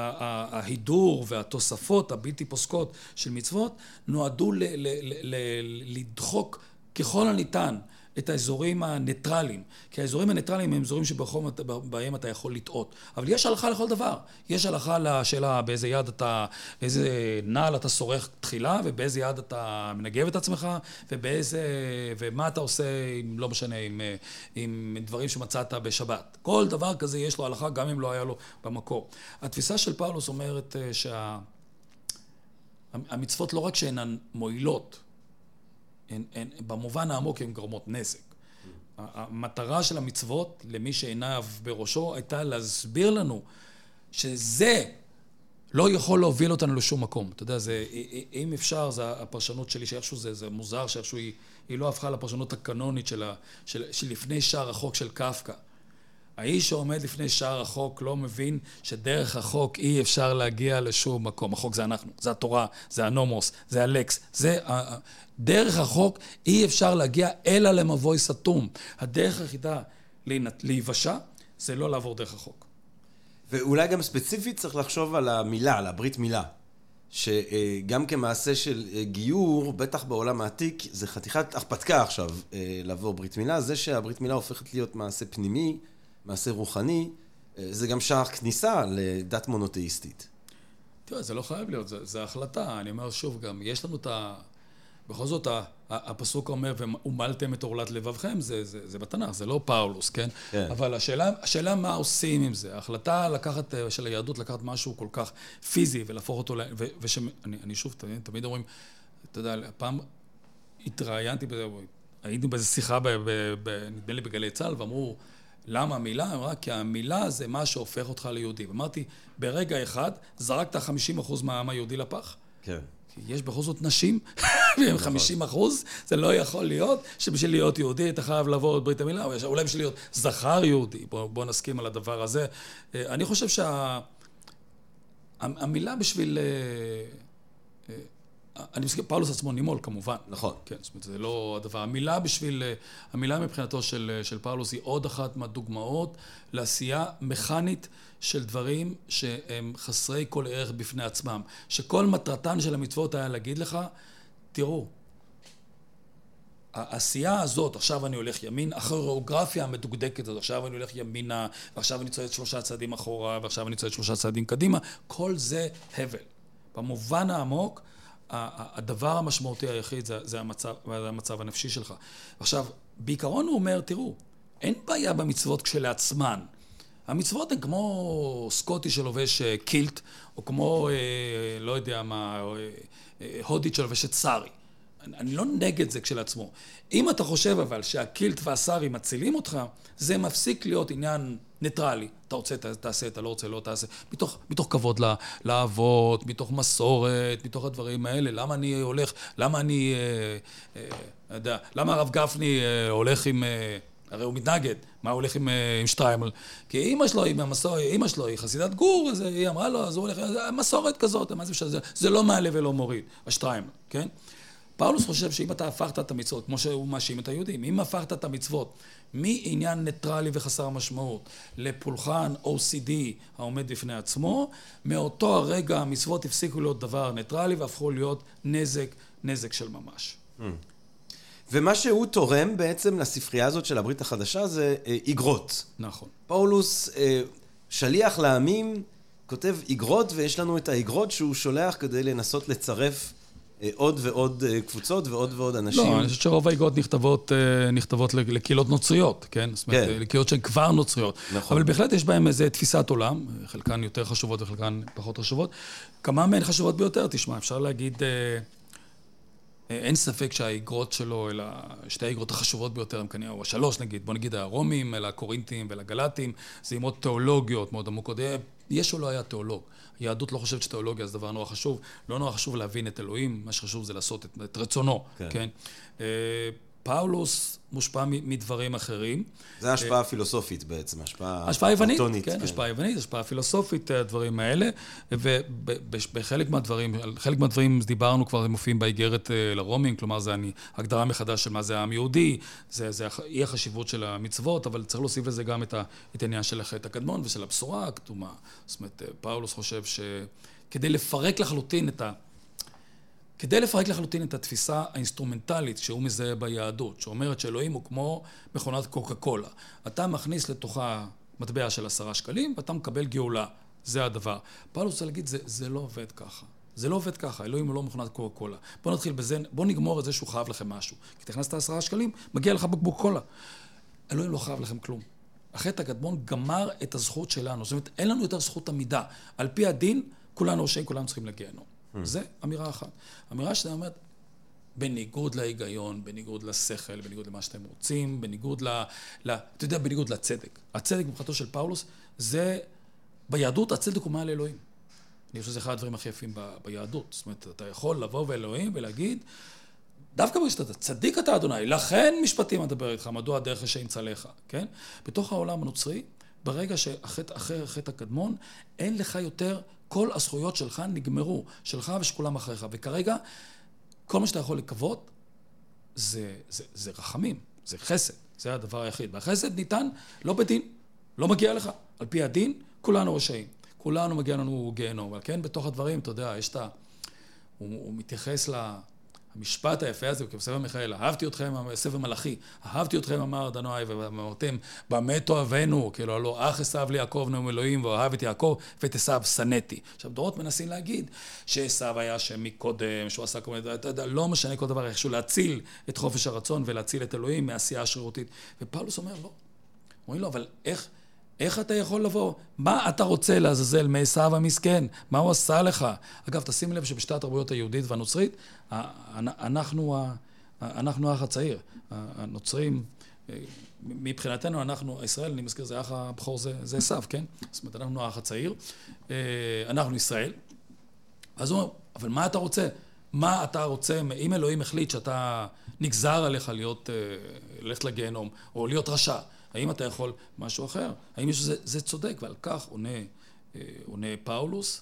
וההידור והתוספות הבלתי פוסקות של מצוות נועדו ל- ל- ל- לדחוק ככל הניתן את האזורים הניטרליים, כי האזורים הניטרליים הם אזורים שבהם אתה יכול לטעות. אבל יש הלכה לכל דבר. יש הלכה לשאלה באיזה יד אתה, באיזה נעל אתה שורח תחילה, ובאיזה יד אתה מנגב את עצמך, ובאיזה, ומה אתה עושה, עם, לא משנה, עם, עם דברים שמצאת בשבת. כל דבר כזה יש לו הלכה, גם אם לא היה לו במקור. התפיסה של פאולוס אומרת שה... המצוות לא רק שהן מועילות, הן, הן, במובן העמוק הן גורמות נזק. המטרה של המצוות, למי שעיניו בראשו, הייתה להסביר לנו שזה לא יכול להוביל אותנו לשום מקום. אתה יודע, זה, אם אפשר, זה הפרשנות שלי, שאיכשהו זה, זה מוזר, שאיכשהו היא, היא לא הפכה לפרשנות הקנונית של, של, של לפני שער החוק של קפקא. האיש שעומד לפני שער החוק לא מבין שדרך החוק אי אפשר להגיע לשום מקום. החוק זה אנחנו, זה התורה, זה הנומוס, זה הלקס, זה... דרך החוק אי אפשר להגיע אלא למבוי סתום. הדרך היחידה להיוושע זה לא לעבור דרך החוק. ואולי גם ספציפית צריך לחשוב על המילה, על הברית מילה. שגם כמעשה של גיור, בטח בעולם העתיק, זה חתיכת הרפתקה עכשיו לעבור ברית מילה. זה שהברית מילה הופכת להיות מעשה פנימי, מעשה רוחני, זה גם שער כניסה לדת מונותאיסטית. תראה, זה לא חייב להיות, זה, זה החלטה. אני אומר שוב גם, יש לנו את ה... בכל זאת, הפסוק אומר, ומלתם את עורלת לבבכם, זה, זה, זה בתנ"ך, זה לא פאולוס, כן? כן. אבל השאלה, השאלה מה עושים עם זה? ההחלטה לקחת, של היהדות לקחת משהו כל כך פיזי ולהפוך אותו, ושאני, אני שוב, תמיד, תמיד אומרים, אתה יודע, פעם התראיינתי בזה, הייתי באיזו שיחה, ב, ב, ב, נדמה לי בגלי צה"ל, ואמרו, למה המילה? אמרה, כי המילה זה מה שהופך אותך ליהודי. ואמרתי, ברגע אחד, זרקת חמישים אחוז מהעם היהודי לפח. כן. כי יש בכל זאת נשים, והם חמישים אחוז, זה לא יכול להיות שבשביל להיות יהודי אתה חייב לעבור את ברית המילה, אולי בשביל להיות זכר יהודי, בוא, בוא נסכים על הדבר הזה. אני חושב שהמילה בשביל... אני מסכים, פאולוס עצמו נימול כמובן. נכון. כן, זאת אומרת, זה לא הדבר. המילה בשביל, המילה מבחינתו של, של פאולוס היא עוד אחת מהדוגמאות לעשייה מכנית של דברים שהם חסרי כל ערך בפני עצמם. שכל מטרתן של המצוות היה להגיד לך, תראו, העשייה הזאת, עכשיו אני הולך ימין, הכוריאוגרפיה המדוקדקת הזאת, עכשיו אני הולך ימינה, ועכשיו אני צועד שלושה צעדים אחורה, ועכשיו אני צועד שלושה צעדים קדימה, כל זה הבל. במובן העמוק, הדבר המשמעותי היחיד זה, זה המצב, זה המצב הנפשי שלך. עכשיו, בעיקרון הוא אומר, תראו, אין בעיה במצוות כשלעצמן. המצוות הן כמו סקוטי שלובש קילט, או כמו, אה, לא יודע מה, אה, הודית שלובשת סארי. אני לא נגד זה כשלעצמו. אם אתה חושב אבל שהקילט והסארי מצילים אותך, זה מפסיק להיות עניין ניטרלי. אתה רוצה, תעשה, אתה לא רוצה, לא תעשה. מתוך, מתוך כבוד לאבות, מתוך מסורת, מתוך הדברים האלה. למה אני הולך, למה אני, אה, אה, יודע, למה הרב גפני אה, הולך עם, אה, הרי הוא מתנגד, מה הוא הולך עם, אה, עם שטריימל? כי אמא שלו, עם המסורת, אמא שלו היא חסידת גור, אז היא אמרה לו, אז הוא הולך, מסורת כזאת, מה זה אפשר, זה, זה לא מעלה ולא מוריד, השטריימל, כן? פאולוס חושב שאם אתה הפכת את המצוות, כמו שהוא מאשים את היהודים, אם הפכת את המצוות מעניין ניטרלי וחסר משמעות לפולחן או סי די העומד בפני עצמו, מאותו הרגע המצוות הפסיקו להיות דבר ניטרלי והפכו להיות נזק, נזק של ממש. ומה שהוא תורם בעצם לספרייה הזאת של הברית החדשה זה איגרות. נכון. פאולוס, שליח לעמים, כותב איגרות, ויש לנו את האיגרות שהוא שולח כדי לנסות לצרף עוד ועוד קבוצות ועוד ועוד אנשים. לא, אני חושב שרוב האיגרות נכתבות, נכתבות לקהילות נוצריות, כן? זאת אומרת, לקהילות שהן כבר נוצריות. נכון. אבל בהחלט יש בהן איזו תפיסת עולם, חלקן יותר חשובות וחלקן פחות חשובות. כמה מהן חשובות ביותר, תשמע, אפשר להגיד, אין ספק שהאיגרות שלו, אלא שתי האיגרות החשובות ביותר, הם כנראה, או השלוש נגיד, בוא נגיד הרומים, אלא הקורינטים ולגלטים, זה אימות תיאולוגיות מאוד עמוקות. יש או לא היה תיאולוג. היהדות לא חושבת שתיאולוגיה זה דבר נורא חשוב. לא נורא חשוב להבין את אלוהים, מה שחשוב זה לעשות את, את רצונו. כן. כן? פאולוס מושפע מדברים אחרים. זה השפעה פילוסופית בעצם, השפעה... השפעה יוונית, כן, השפעה יוונית, השפעה פילוסופית, הדברים האלה. ובחלק מהדברים, חלק מהדברים דיברנו כבר, הם מופיעים באיגרת לרומים, כלומר, זה הגדרה מחדש של מה זה העם יהודי, זה, זה אי החשיבות של המצוות, אבל צריך להוסיף לזה גם את, ה, את העניין של החטא הקדמון ושל הבשורה הכתומה. זאת אומרת, פאולוס חושב שכדי לפרק לחלוטין את ה... כדי לפרק לחלוטין את התפיסה האינסטרומנטלית שהוא מזהה ביהדות, שאומרת שאלוהים הוא כמו מכונת קוקה קולה. אתה מכניס לתוכה מטבע של עשרה שקלים, ואתה מקבל גאולה. זה הדבר. פאולוס רוצה להגיד, זה, זה לא עובד ככה. זה לא עובד ככה, אלוהים הוא לא מכונת קוקה קולה. בוא נתחיל בזה, בוא נגמור את זה שהוא חייב לכם משהו. כי תכנסת עשרה שקלים, מגיע לך בקבוק קולה. אלוהים לא חייב לכם כלום. החטא הקדמון גמר את הזכות שלנו. זאת אומרת, אין לנו יותר זכות עמידה. על פי הדין, כולנו רשעים, כולנו צריכים לגיהנום. זה אמירה אחת. אמירה שאתה אומרת, בניגוד להיגיון, בניגוד לשכל, בניגוד למה שאתם רוצים, בניגוד ל... ל... אתה יודע, בניגוד לצדק. הצדק מבחינתו של פאולוס, זה... ביהדות הצדק הוא מעל אלוהים. אני חושב שזה אחד הדברים הכי יפים ב... ביהדות. זאת אומרת, אתה יכול לבוא ואלוהים ולהגיד, דווקא בגלל שאתה צדיק אתה, אדוני, לכן משפטים אדבר איתך, מדוע הדרך רשעים צלך, כן? בתוך העולם הנוצרי, ברגע שהחטא אחרי החטא הקדמון, אין לך יותר, כל הזכויות שלך נגמרו, שלך ושכולם אחריך. וכרגע, כל מה שאתה יכול לקוות, זה, זה, זה רחמים, זה חסד, זה הדבר היחיד. והחסד ניתן לא בדין, לא מגיע לך. על פי הדין, כולנו רשעים. כולנו מגיע לנו גיהנום. אבל כן, בתוך הדברים, אתה יודע, יש את ה... הוא, הוא מתייחס ל... המשפט היפה הזה, בספר מיכאל, אהבתי אתכם, ספר מלאכי, אהבתי אתכם, אמר אדוני, ואמרתם, במה תאהבנו, כאילו, הלא, אך עשיו לי יעקב נאום אלוהים, ואוהב את יעקב, ואת עשיו שנאתי. עכשיו, דורות מנסים להגיד, שעשיו היה שם מקודם, שהוא עשה כל מיני, אתה יודע, לא משנה כל דבר, איכשהו להציל את חופש הרצון, ולהציל את אלוהים מעשייה השרירותית. ופאולוס אומר, לא. אומרים לו, אבל איך, איך אתה יכול לבוא? מה אתה רוצה לעזאזל מעשיו המסכן? מה הוא עשה לך? אגב, תשים לב שבשתי התרבויות היהודית והנוצרית, אנחנו, אנחנו האח הצעיר. הנוצרים, מבחינתנו, אנחנו, ישראל, אני מזכיר, זה האח הבכור, זה, זה עשיו, כן? זאת אומרת, אנחנו האח הצעיר, אנחנו ישראל. אז הוא אומר, אבל מה אתה רוצה? מה אתה רוצה? אם אלוהים החליט שאתה נגזר עליך להיות, ללכת לגיהנום, או להיות רשע, האם אתה יכול משהו אחר? האם יש זה, זה צודק? ועל כך עונה, עונה פאולוס.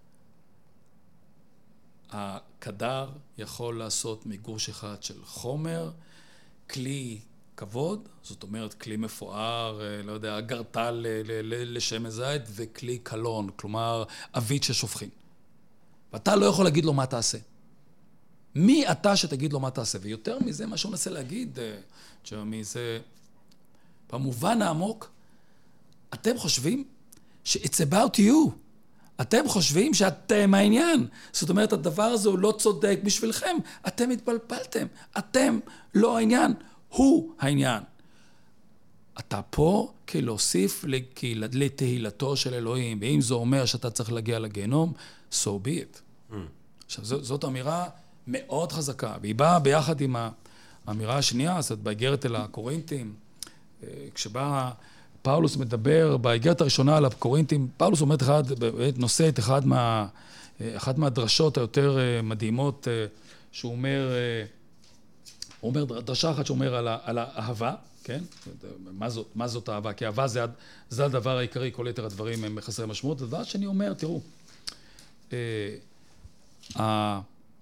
הקדר יכול לעשות מגוש אחד של חומר, כלי כבוד, זאת אומרת כלי מפואר, לא יודע, גרטל לשמן זית, וכלי קלון, כלומר אבית ששופכין. ואתה לא יכול להגיד לו מה תעשה. מי אתה שתגיד לו מה תעשה? ויותר מזה, מה שהוא מנסה להגיד, ג'רמי, זה... במובן העמוק, אתם חושבים ש-it's about you. אתם חושבים שאתם העניין. זאת אומרת, הדבר הזה הוא לא צודק בשבילכם. אתם התבלבלתם. אתם לא העניין. הוא העניין. אתה פה כלהוסיף לתהילתו של אלוהים. ואם זה אומר שאתה צריך להגיע לגיהנום, so be it. Mm. עכשיו, זאת, זאת אמירה מאוד חזקה. והיא באה ביחד עם האמירה השנייה, זאת באיגרת אל הקורינתים, כשבא פאולוס מדבר באיגרת הראשונה על הקורינתים, פאולוס אומר אחד, נושא את אחד, מה, אחד מהדרשות היותר מדהימות, שהוא אומר, הוא אומר דרשה אחת שאומר על, על האהבה, כן? מה זאת, מה זאת אהבה? כי אהבה זה, זה הדבר העיקרי, כל יתר הדברים הם חסרי משמעות. הדבר שאני אומר, תראו, ה...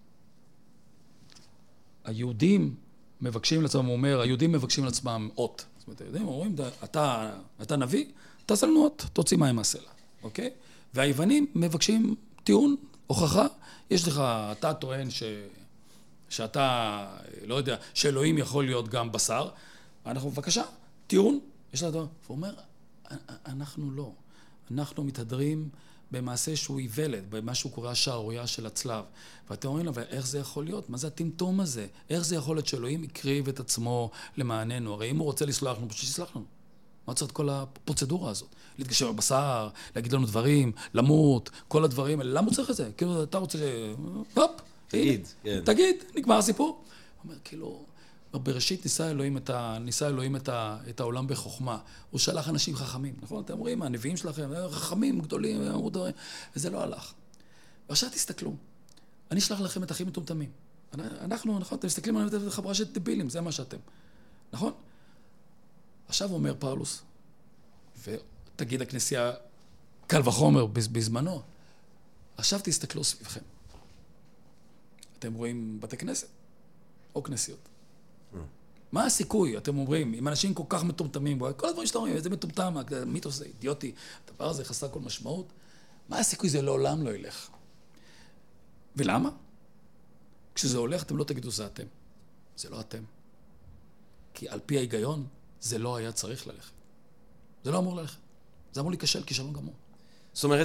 היהודים מבקשים לעצמם, הוא אומר, היהודים מבקשים לעצמם אות. זאת אומרת, היהודים אומרים, אתה, אתה נביא, תעשה לנו אות, תוציא מים מהסלע, אוקיי? והיוונים מבקשים טיעון, הוכחה, יש לך, אתה טוען ש, שאתה, לא יודע, שאלוהים יכול להיות גם בשר, אנחנו, בבקשה, טיעון, יש לך דבר, הוא אומר, אנחנו לא, אנחנו מתהדרים במעשה שהוא איוולת, במה שהוא קורא השערורייה של הצלב. ואתם אומרים לו, איך זה יכול להיות? מה זה הטמטום הזה? איך זה יכול להיות שאלוהים יקריב את עצמו למעננו? הרי אם הוא רוצה לסלוח לנו, פשוט יסלח לנו. מה צריך את כל הפרוצדורה הזאת? להתקשר בבשר, להגיד לנו דברים, למות, כל הדברים האלה. למה הוא צריך את זה? כאילו, אתה רוצה... הופ, תגיד, כן. תגיד, נגמר הסיפור. הוא אומר, כאילו... בראשית ניסה אלוהים את, ה, ניסה אלוהים את, ה, את העולם בחוכמה. הוא שלח אנשים חכמים, נכון? אתם אומרים, הנביאים שלכם, חכמים גדולים, אמרו דברים, וזה לא הלך. ועכשיו תסתכלו, אני אשלח לכם את הכי מטומטמים. אנחנו, נכון, אתם מסתכלים על חברה של דבילים, זה מה שאתם. נכון? עכשיו אומר פאולוס, ותגיד הכנסייה קל וחומר בזמנו, עכשיו תסתכלו סביבכם. אתם רואים בתי כנסת או כנסיות. מה הסיכוי, אתם אומרים, אם אנשים כל כך מטומטמים, כל הדברים שאתם אומרים, איזה מטומטם, מיתוס זה אידיוטי, הדבר הזה חסר כל משמעות, מה הסיכוי? זה לעולם לא ילך. ולמה? כשזה הולך, אתם לא תגידו, זה אתם. זה לא אתם. כי על פי ההיגיון, זה לא היה צריך ללכת. זה לא אמור ללכת. זה אמור להיכשל כישלון גמור. זאת אומרת,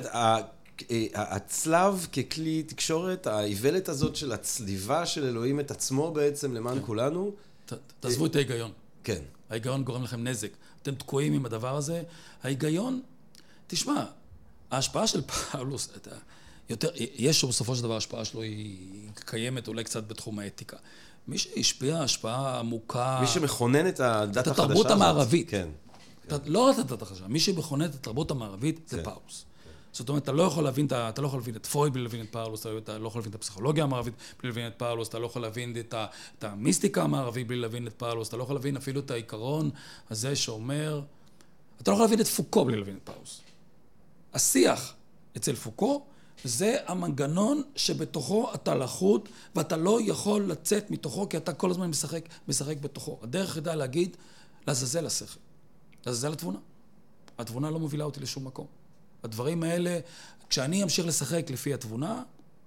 הצלב ככלי תקשורת, האיוולת הזאת של הצליבה של אלוהים את עצמו בעצם למען כולנו. תעזבו את ההיגיון. כן. ההיגיון גורם לכם נזק. אתם תקועים עם הדבר הזה. ההיגיון, תשמע, ההשפעה של פאולוס, יותר, יש בסופו של דבר ההשפעה שלו היא קיימת אולי קצת בתחום האתיקה. מי שהשפיע השפעה עמוקה... מי שמכונן את הדת החדשה. את התרבות המערבית. כן. לא את הדת החדשה, מי שמכונן את התרבות המערבית זה פאולוס. זאת אומרת, אתה לא יכול להבין, אתה לא יכול להבין את פרויד בלי להבין את פאולוס, אתה לא יכול להבין את הפסיכולוגיה המערבית בלי להבין את פאולוס, אתה לא יכול להבין את המיסטיקה המערבית בלי להבין את פאולוס, אתה לא יכול להבין אפילו את העיקרון הזה שאומר, אתה לא יכול להבין את פוקו בלי להבין את פאולוס. השיח אצל פוקו זה המנגנון שבתוכו אתה לחוט ואתה לא יכול לצאת מתוכו כי אתה כל הזמן משחק, משחק בתוכו. הדרך ידע להגיד, לעזאזל השכל, לעזאזל התבונה. התבונה לא מובילה אותי לשום מקום. הדברים האלה, כשאני אמשיך לשחק לפי התבונה,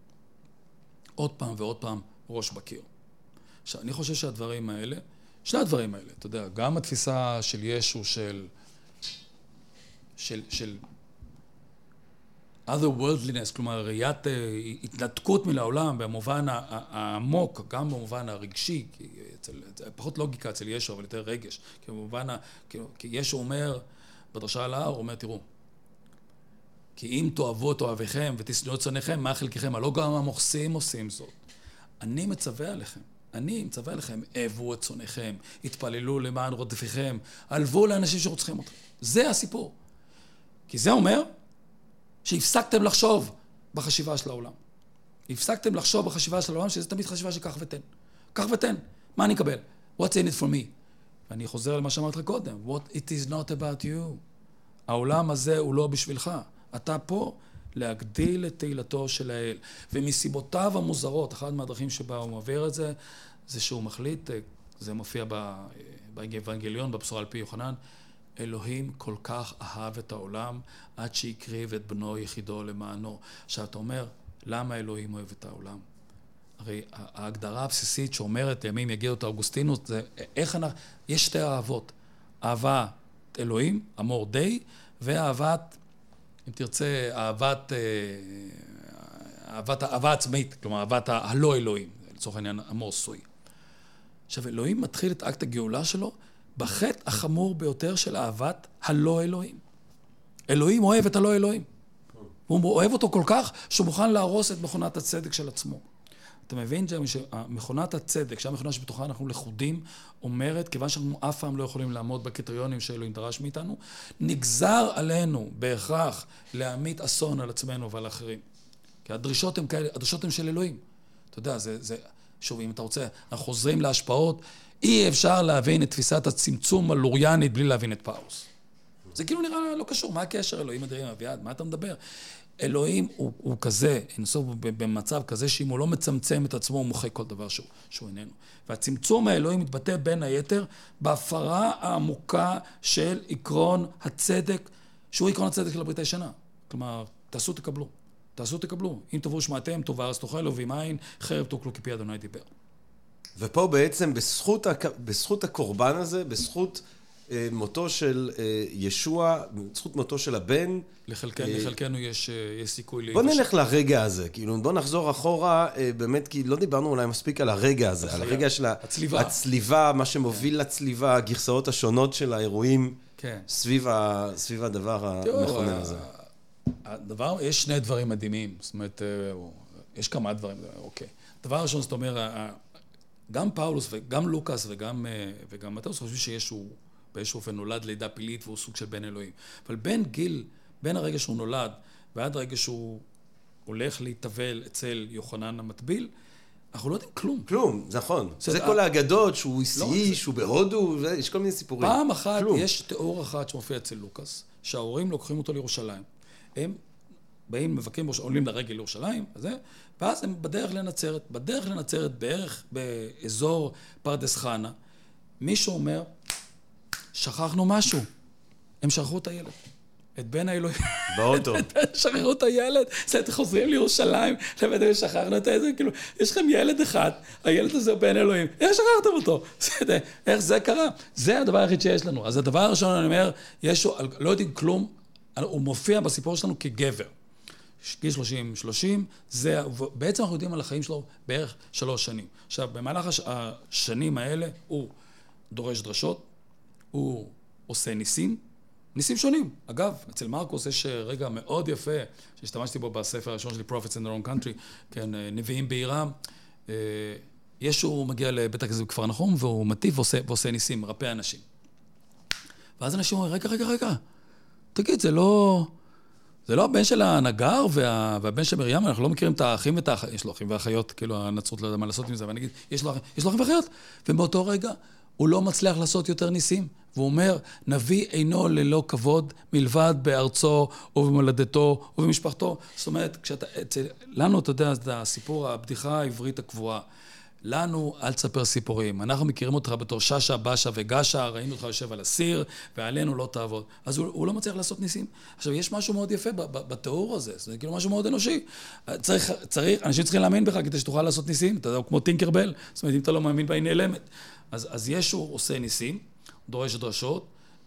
עוד פעם ועוד פעם ראש בקיר. עכשיו, אני חושב שהדברים האלה, שני הדברים האלה, אתה יודע, גם התפיסה של ישו של, של, של otherworldliness, כלומר, ראיית התנתקות מן העולם במובן העמוק, גם במובן הרגשי, כי אצל, פחות לוגיקה אצל ישו, אבל יותר רגש, כי במובן, כי ישו אומר, בדרשה על ההר, הוא אומר, תראו, כי אם תאהבו את אוהביכם ותשנאו את שונאיכם, מה חלקכם? הלא גם המוכסים עושים זאת. אני מצווה עליכם, אני מצווה עליכם, אהבו את שונאיכם, התפללו למען רודפיכם, עלבו לאנשים שרוצחים אתכם. זה הסיפור. כי זה אומר שהפסקתם לחשוב בחשיבה של העולם. הפסקתם לחשוב בחשיבה של העולם, שזה תמיד חשיבה של כך ותן. כך ותן. מה אני אקבל? What's in it for me? ואני חוזר למה שאמרת לך קודם. What it is not about you. העולם הזה הוא לא בשבילך. אתה פה להגדיל את תהילתו של האל. ומסיבותיו המוזרות, אחת מהדרכים שבה הוא מעביר את זה, זה שהוא מחליט, זה מופיע באנגליון, בבשורה על פי יוחנן, אלוהים כל כך אהב את העולם עד שהקריב את בנו יחידו למענו. עכשיו אתה אומר, למה אלוהים אוהב את העולם? הרי ההגדרה הבסיסית שאומרת, לימים יגידו את אוגוסטינוס, זה איך אנחנו, יש שתי אהבות. אהבת אלוהים, אמור די, ואהבת, אם תרצה, אהבת, אהבת, אהבה עצמאית, כלומר, אהבת הלא אלוהים, לצורך העניין, אמור סוי. עכשיו, אלוהים מתחיל את אקט הגאולה שלו, בחטא החמור ביותר של אהבת הלא אלוהים. אלוהים אוהב את הלא אלוהים. הוא אוהב אותו כל כך שהוא מוכן להרוס את מכונת הצדק של עצמו. אתה מבין שמכונת הצדק, שהמכונה שבתוכה אנחנו לכודים, אומרת, כיוון שאנחנו אף פעם לא יכולים לעמוד בקריטריונים שאלוהים דרש מאיתנו, נגזר עלינו בהכרח להעמיד אסון על עצמנו ועל אחרים. כי הדרישות הן כאלה, הדרישות הן של אלוהים. אתה יודע, זה, זה, שוב, אם אתה רוצה, אנחנו חוזרים להשפעות, אי אפשר להבין את תפיסת הצמצום הלוריאנית בלי להבין את פאולוס. זה כאילו נראה לא קשור, מה הקשר אלוהים אדירים אביעד? מה אתה מדבר? אלוהים הוא, הוא כזה, אינסוף במצב כזה שאם הוא לא מצמצם את עצמו, הוא מוחק כל דבר שהוא, שהוא איננו. והצמצום האלוהים מתבטא בין היתר בהפרה העמוקה של עקרון הצדק, שהוא עקרון הצדק של הברית הישנה. כלומר, תעשו תקבלו, תעשו תקבלו. אם תבואו שמעתם, טוב הארץ תאכלו, ואם אין, חרב תאכלו כפי אדוני דיבר. ופה בעצם בזכות, בזכות הקורבן הזה, בזכות מותו של ישוע, בזכות מותו של הבן. לחלקנו, לחלקנו יש, יש סיכוי... בוא נלך לרגע הזה, כאילו, בוא נחזור אחורה, באמת, כי לא דיברנו אולי מספיק על הרגע הזה, על הרגע של הצליבה, הצליבה, מה שמוביל לצליבה, הגרסאות השונות של האירועים, סביב הדבר המכונן הזה. הדבר, יש שני דברים מדהימים, זאת אומרת, יש כמה דברים, אוקיי. דבר ראשון, זאת אומרת, גם פאולוס וגם לוקאס וגם, וגם מתאוס חושבים שישו באיזשהו אופן נולד לידה פילית והוא סוג של בן אלוהים. אבל בין גיל, בין הרגע שהוא נולד ועד הרגע שהוא הולך להתאבל אצל יוחנן המטביל, אנחנו לא יודעים כלום. כלום, נכון. זה כל האגדות שהוא איסי, שהוא בהודו, יש כל מיני סיפורים. פעם אחת יש תיאור אחת שמופיע אצל לוקאס, שההורים לוקחים אותו לירושלים. הם באים, מבקרים, עולים לרגל לירושלים, ואז הם בדרך לנצרת. בדרך לנצרת, בערך באזור פרדס חנה, מישהו אומר, שכחנו משהו. הם שכחו את הילד. את בן האלוהים. באוטו. שחררו את הילד, אתם חוזרים לירושלים, לבית שחררנו את זה, כאילו, יש לכם ילד אחד, הילד הזה הוא בן אלוהים, איך שחררתם אותו? איך זה קרה? זה הדבר היחיד שיש לנו. אז הדבר הראשון, אני אומר, יש, לא יודעים כלום, הוא מופיע בסיפור שלנו כגבר. גיל שלושים שלושים, זה, בעצם אנחנו יודעים על החיים שלו בערך שלוש שנים. עכשיו, במהלך הש, השנים האלה, הוא דורש דרשות, הוא עושה ניסים, ניסים שונים. אגב, אצל מרקוס יש רגע מאוד יפה, שהשתמשתי בו בספר הראשון שלי, Prophets in their own country, כן, נביאים בעירם. ישו מגיע לבית הכנסת בכפר נחום, והוא מטיף ועושה, ועושה ניסים, מרפא אנשים. ואז אנשים אומרים, רגע, רגע, רגע, תגיד, זה לא... זה לא הבן של הנגר וה... והבן של מרים, אנחנו לא מכירים את האחים ואת האחיות, יש לו אחים ואחיות, כאילו הנצרות לא יודע מה לעשות עם זה, ואני אגיד, יש לו, יש לו אחים ואחיות, ובאותו רגע הוא לא מצליח לעשות יותר ניסים, והוא אומר, נביא אינו ללא כבוד מלבד בארצו ובמולדתו ובמשפחתו. זאת אומרת, כשאתה, אצל, לנו, אתה יודע, זה הסיפור, הבדיחה העברית הקבועה. לנו אל תספר סיפורים. אנחנו מכירים אותך בתור ששה, בשה וגשה, ראינו אותך יושב על הסיר, ועלינו לא תעבוד. אז הוא, הוא לא מצליח לעשות ניסים. עכשיו, יש משהו מאוד יפה בתיאור הזה, זה כאילו משהו מאוד אנושי. צריך, צריך, אנשים צריכים להאמין בך כדי שתוכל לעשות ניסים, אתה יודע, כמו טינקרבל, זאת אומרת, אם אתה לא מאמין בה, היא נעלמת. אז, אז ישו עושה ניסים, דורש דרשות,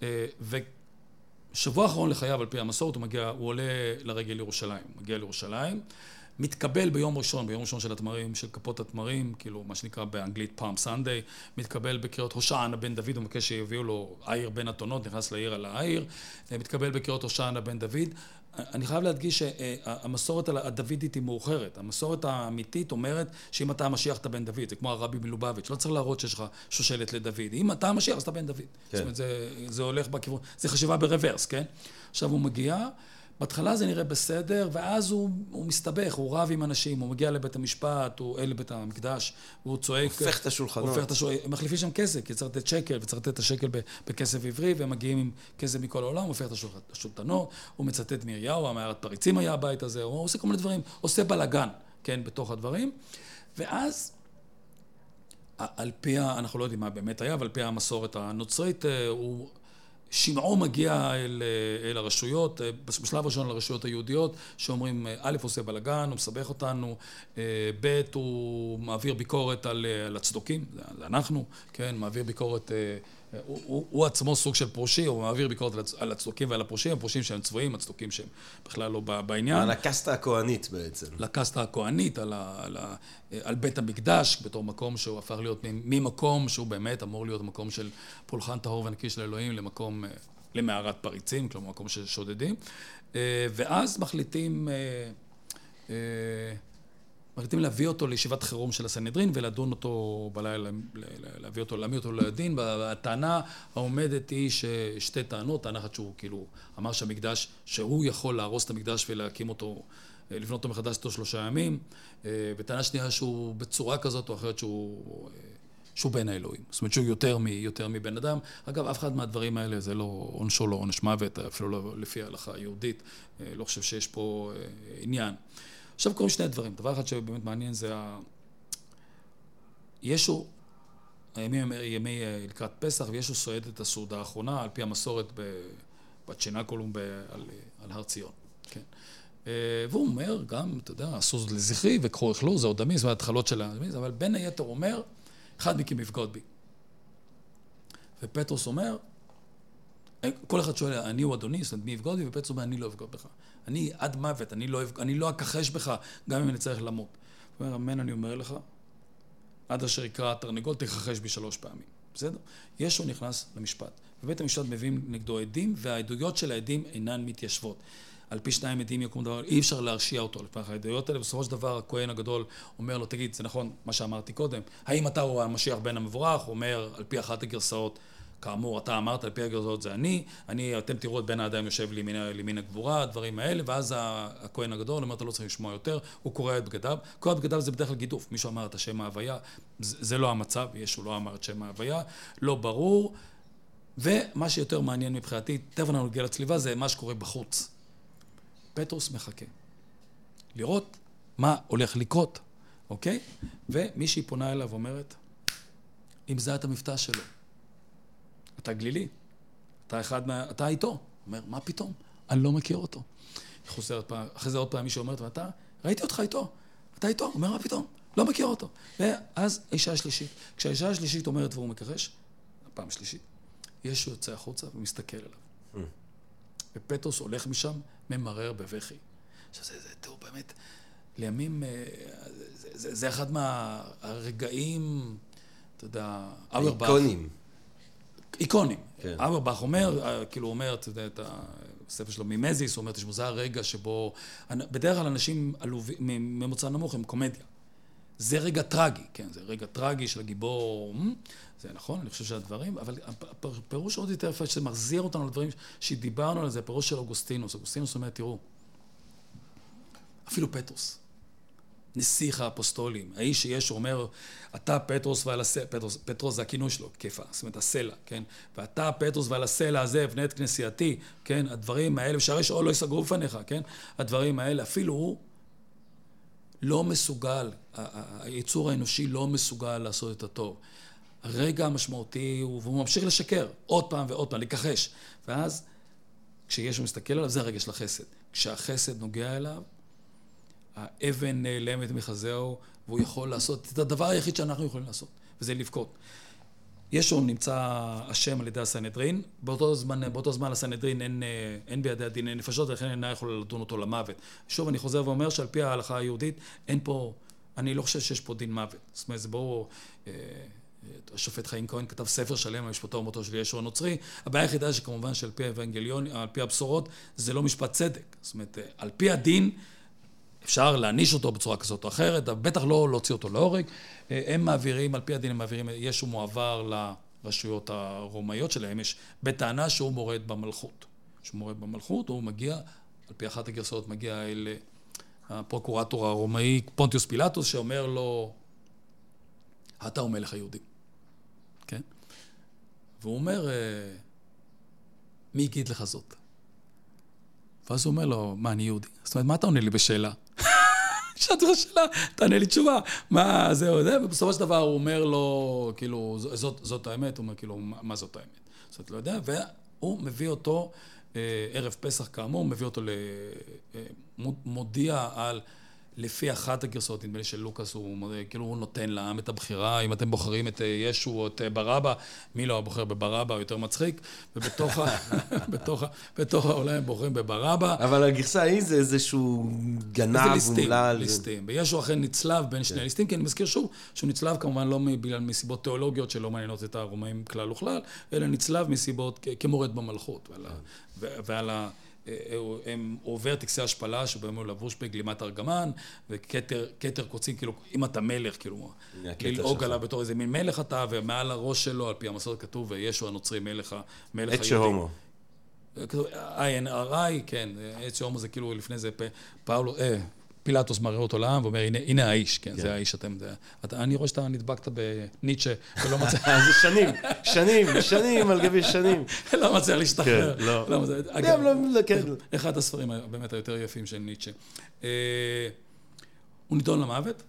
ושבוע האחרון לחייו, על פי המסורת, הוא מגיע, הוא עולה לרגל לירושלים. הוא מגיע לירושלים, מתקבל ביום ראשון, ביום ראשון של התמרים, של כפות התמרים, כאילו מה שנקרא באנגלית פאם סנדיי, מתקבל בקריאות הושענא בן דוד, הוא מבקש שיביאו לו עיר בין אתונות, נכנס לעיר על העיר, מתקבל בקריאות הושענא בן דוד. אני חייב להדגיש שהמסורת הדוידית היא מאוחרת. המסורת האמיתית אומרת שאם אתה המשיח אתה בן דוד, זה כמו הרבי מלובביץ', לא צריך להראות שיש לך שושלת לדוד. אם אתה המשיח אז אתה בן דוד. כן. זאת אומרת, זה, זה הולך בכיוון, זה חשיבה ברוורס, כן? עכשיו הוא מגיע, בהתחלה זה נראה בסדר, ואז הוא, הוא מסתבך, הוא רב עם אנשים, הוא מגיע לבית המשפט, הוא אל לבית המקדש, והוא צועק... הופך את השולחנות. הופך את השולחנות, הם מחליפים שם כסף, כי צריך לתת שקל, וצריך לתת את השקל בכסף עברי, והם מגיעים עם כסף מכל העולם, הוא הופך את השולטנות, הוא מצטט מיריהו, המערת פריצים היה הבית הזה, הוא עושה כל מיני דברים, עושה בלגן, כן, בתוך הדברים, ואז, על פי, אנחנו לא יודעים מה באמת היה, אבל על פי המסורת הנוצרית, הוא... שמעו מגיע אל, אל הרשויות, בשלב ראשון לרשויות היהודיות, שאומרים, א', עושה בלגן, הוא מסבך אותנו, ב', הוא מעביר ביקורת על, על הצדוקים, זה אנחנו, כן, מעביר ביקורת, הוא, הוא, הוא עצמו סוג של פרושי, הוא מעביר ביקורת על הצדוקים ועל הפרושים, הפרושים שהם צבועים, הצדוקים שהם בכלל לא בעניין. על הקסטה הכהנית בעצם. לקסטה הכהנית, על, ה, על, ה, על בית המקדש, בתור מקום שהוא הפך להיות ממקום שהוא באמת אמור להיות מקום של פולחן טהור ונקי של אלוהים, למקום, למערת פריצים, כלומר מקום ששודדים. ואז מחליטים... מחליטים להביא אותו לישיבת חירום של הסנהדרין ולדון אותו בלילה, להביא אותו, להעמיד אותו לדין. והטענה העומדת היא ששתי טענות, טענה אחת שהוא כאילו אמר שהמקדש, שהוא יכול להרוס את המקדש ולהקים אותו, לבנות אותו מחדש אותו שלושה ימים, וטענה שנייה שהוא בצורה כזאת או אחרת שהוא, שהוא בן האלוהים, זאת אומרת שהוא יותר, מ, יותר מבן אדם. אגב, אף אחד מהדברים האלה זה לא עונשו, לא עונש מוות, אפילו לא לפי ההלכה היהודית, לא חושב שיש פה עניין. עכשיו קוראים שני דברים. דבר אחד שבאמת מעניין זה ה... ישו, הימים, ימי לקראת פסח, וישו סועד את הסעודה האחרונה, על פי המסורת בצ'נקולום על, על הר ציון. כן. והוא אומר גם, אתה יודע, עשו זאת לזכרי וקחו אכלו, זה עוד דמי, זה ההתחלות של הדמי, אבל בין היתר אומר, אחד מכם יבגוד בי. ופטרוס אומר, כל אחד שואל, אני הוא אדוני, זאת אומרת, מי יבגוד בי? ופטרוס אומר, אני לא אבגוד בך. אני עד מוות, אני לא, אני לא אכחש בך, גם אם אני צריך למות. הוא אומר, אמן, אני אומר לך, עד אשר יקרא התרנגול, תכחש בי שלוש פעמים. בסדר? ישו נכנס למשפט. ובית המשפט מביאים נגדו עדים, והעדויות של העדים אינן מתיישבות. על פי שניים עדים יקום דבר, אי אפשר להרשיע אותו. לפני העדויות האלה, בסופו של דבר, הכהן הגדול אומר לו, תגיד, זה נכון, מה שאמרתי קודם, האם אתה הוא המשיח בן המבורך? הוא אומר, על פי אחת הגרסאות, כאמור, אתה אמרת, על פי הגרסאות זה אני, אני, אתם תראו את בן האדם יושב לימין הגבורה, הדברים האלה, ואז הכהן הגדול אומר, אתה לא צריך לשמוע יותר, הוא קורא את בגדיו. קורא את בגדיו זה בדרך כלל גידוף, מישהו אמר את השם ההוויה, זה, זה לא המצב, ישו לא אמר את שם ההוויה, לא ברור, ומה שיותר מעניין מבחינתי, תכף אנחנו נגיע לצליבה, זה מה שקורה בחוץ. פטרוס מחכה, לראות מה הולך לקרות, אוקיי? ומישהי פונה אליו ואומרת, אם זה את המבטא שלו, אתה גלילי, אתה אחד מה... אתה איתו. הוא אומר, מה פתאום? אני לא מכיר אותו. היא חוזרת פעם, אחרי זה עוד פעם מישהו אומרת, ואתה, ראיתי אותך איתו, אתה איתו, הוא אומר, מה פתאום? לא מכיר אותו. ואז האישה השלישית. כשהאישה השלישית אומרת והוא מקרש, הפעם השלישית, ישו יוצא החוצה ומסתכל עליו. ופטרוס הולך משם, ממרר בבכי. עכשיו זה, זה, תראו, באמת, לימים, זה, זה, זה אחד מהרגעים, אתה יודע, אברבך. איקונים. איקונים. כן. אברבך אומר, כאילו הוא אומר, אתה יודע, את הספר שלו ממזיס, הוא אומר, תשמעו, זה הרגע שבו, בדרך כלל אנשים ממוצא נמוך הם קומדיה. זה רגע טרגי, כן, זה רגע טרגי של הגיבור, זה נכון, אני חושב שהדברים, אבל הפירוש עוד יותר יפה, שזה מחזיר אותנו לדברים שדיברנו על זה, הפירוש של אוגוסטינוס. אוגוסטינוס אומר, תראו, אפילו פטרוס, נסיך האפוסטולים, האיש שישו אומר, אתה פטרוס ועל הסלע, פטרוס, פטרוס זה הכינוי שלו, כיפה, זאת אומרת, הסלע, כן? ואתה פטרוס ועל הסלע הזה, אבנה את כנסייתי, כן? הדברים האלה, ושערי שאול לא יסגרו בפניך, כן? הדברים האלה, אפילו הוא לא מסוגל, היצור האנושי לא מסוגל לעשות את הטוב. הרגע המשמעותי הוא, והוא ממשיך לשקר, עוד פעם ועוד פעם, לקחש. ואז, כשישו מסתכל עליו, זה הרגע של החסד. כשהחסד נוגע אליו, האבן נעלמת מחזהו, והוא יכול לעשות את הדבר היחיד שאנחנו יכולים לעשות, וזה לבכות. ישו נמצא השם על ידי הסנהדרין, באותו זמן, באותו זמן הסנהדרין אין, אין בידי הדין, אין נפשות, ולכן אינה יכולה לדון אותו למוות. שוב, אני חוזר ואומר שעל פי ההלכה היהודית, אין פה, אני לא חושב שיש פה דין מוות. זאת אומרת, זה ברור, השופט חיים כהן כתב ספר שלם על משפטו ומותו של ישו הנוצרי. הבעיה היחידה שכמובן שעל פי האבנגליון, על פי הבשורות, זה לא משפט צדק. זאת אומרת, על פי הדין, אפשר להניש אותו בצורה כזאת או אחרת, בטח לא להוציא אותו להורג. הם מעבירים, על פי הדין הם מעבירים, ישו מועבר לרשויות הרומאיות שלהם, יש בטענה שהוא מורד במלכות. שהוא מורד במלכות, הוא מגיע, על פי אחת הגרסאות, מגיע אל הפרוקורטור הרומאי פונטיוס פילטוס, שאומר לו, אתה הוא מלך היהודים. כן? והוא אומר, מי יגיד לך זאת? ואז הוא אומר לו, מה, אני יהודי? זאת אומרת, מה אתה עונה לי בשאלה? שאלתי לך שאלה, תענה לי תשובה. מה, זהו, זה, ובסופו של דבר הוא אומר לו, כאילו, זאת, זאת האמת, הוא אומר, כאילו, מה זאת האמת? זאת אומרת, לא יודע, והוא מביא אותו, ערב פסח כאמור, מביא אותו, מודיע על, לפי אחת הגרסאות, נדמה לי של לוקאס, הוא, כאילו, הוא נותן לעם את הבחירה, אם אתם בוחרים את ישו או את ברבא, מי לא בוחר בברבא, יותר מצחיק, ובתוך ה... בתוך ה... בתוך העולם הם בוחרים בברבא. אבל הגרסה ההיא זה איזשהו גנב ומולל. ליסטים, וישו אכן נצלב בין שני ליסטים, כי אני מזכיר שוב, שהוא נצלב כמובן לא בגלל מסיבות תיאולוגיות שלא מעניינות את הרומאים כלל וכלל, אלא נצלב מסיבות כמורד במלכות, ועל ה... הוא עובר טקסי השפלה שבהם הוא לבוש בגלימת ארגמן וכתר קוצים, כאילו אם אתה מלך, כאילו ללעוג עליו בתור איזה מין מלך אתה, ומעל הראש שלו על פי המסורת כתוב וישו הנוצרי מלך היהודי. את שהומו. איי אן אר איי, כן, את שהומו זה כאילו לפני זה פאולו, אה, פילטוס מראה אותו לעם ואומר, הנה, הנה האיש, כן, זה האיש, אתם, אני רואה שאתה נדבקת בניטשה, ולא מצא... זה שנים, שנים, שנים על גבי שנים. לא מצא להשתחרר. כן, לא. לא מצא, אגב, כן. אחד הספרים באמת היותר יפים של ניטשה. הוא נידון למוות,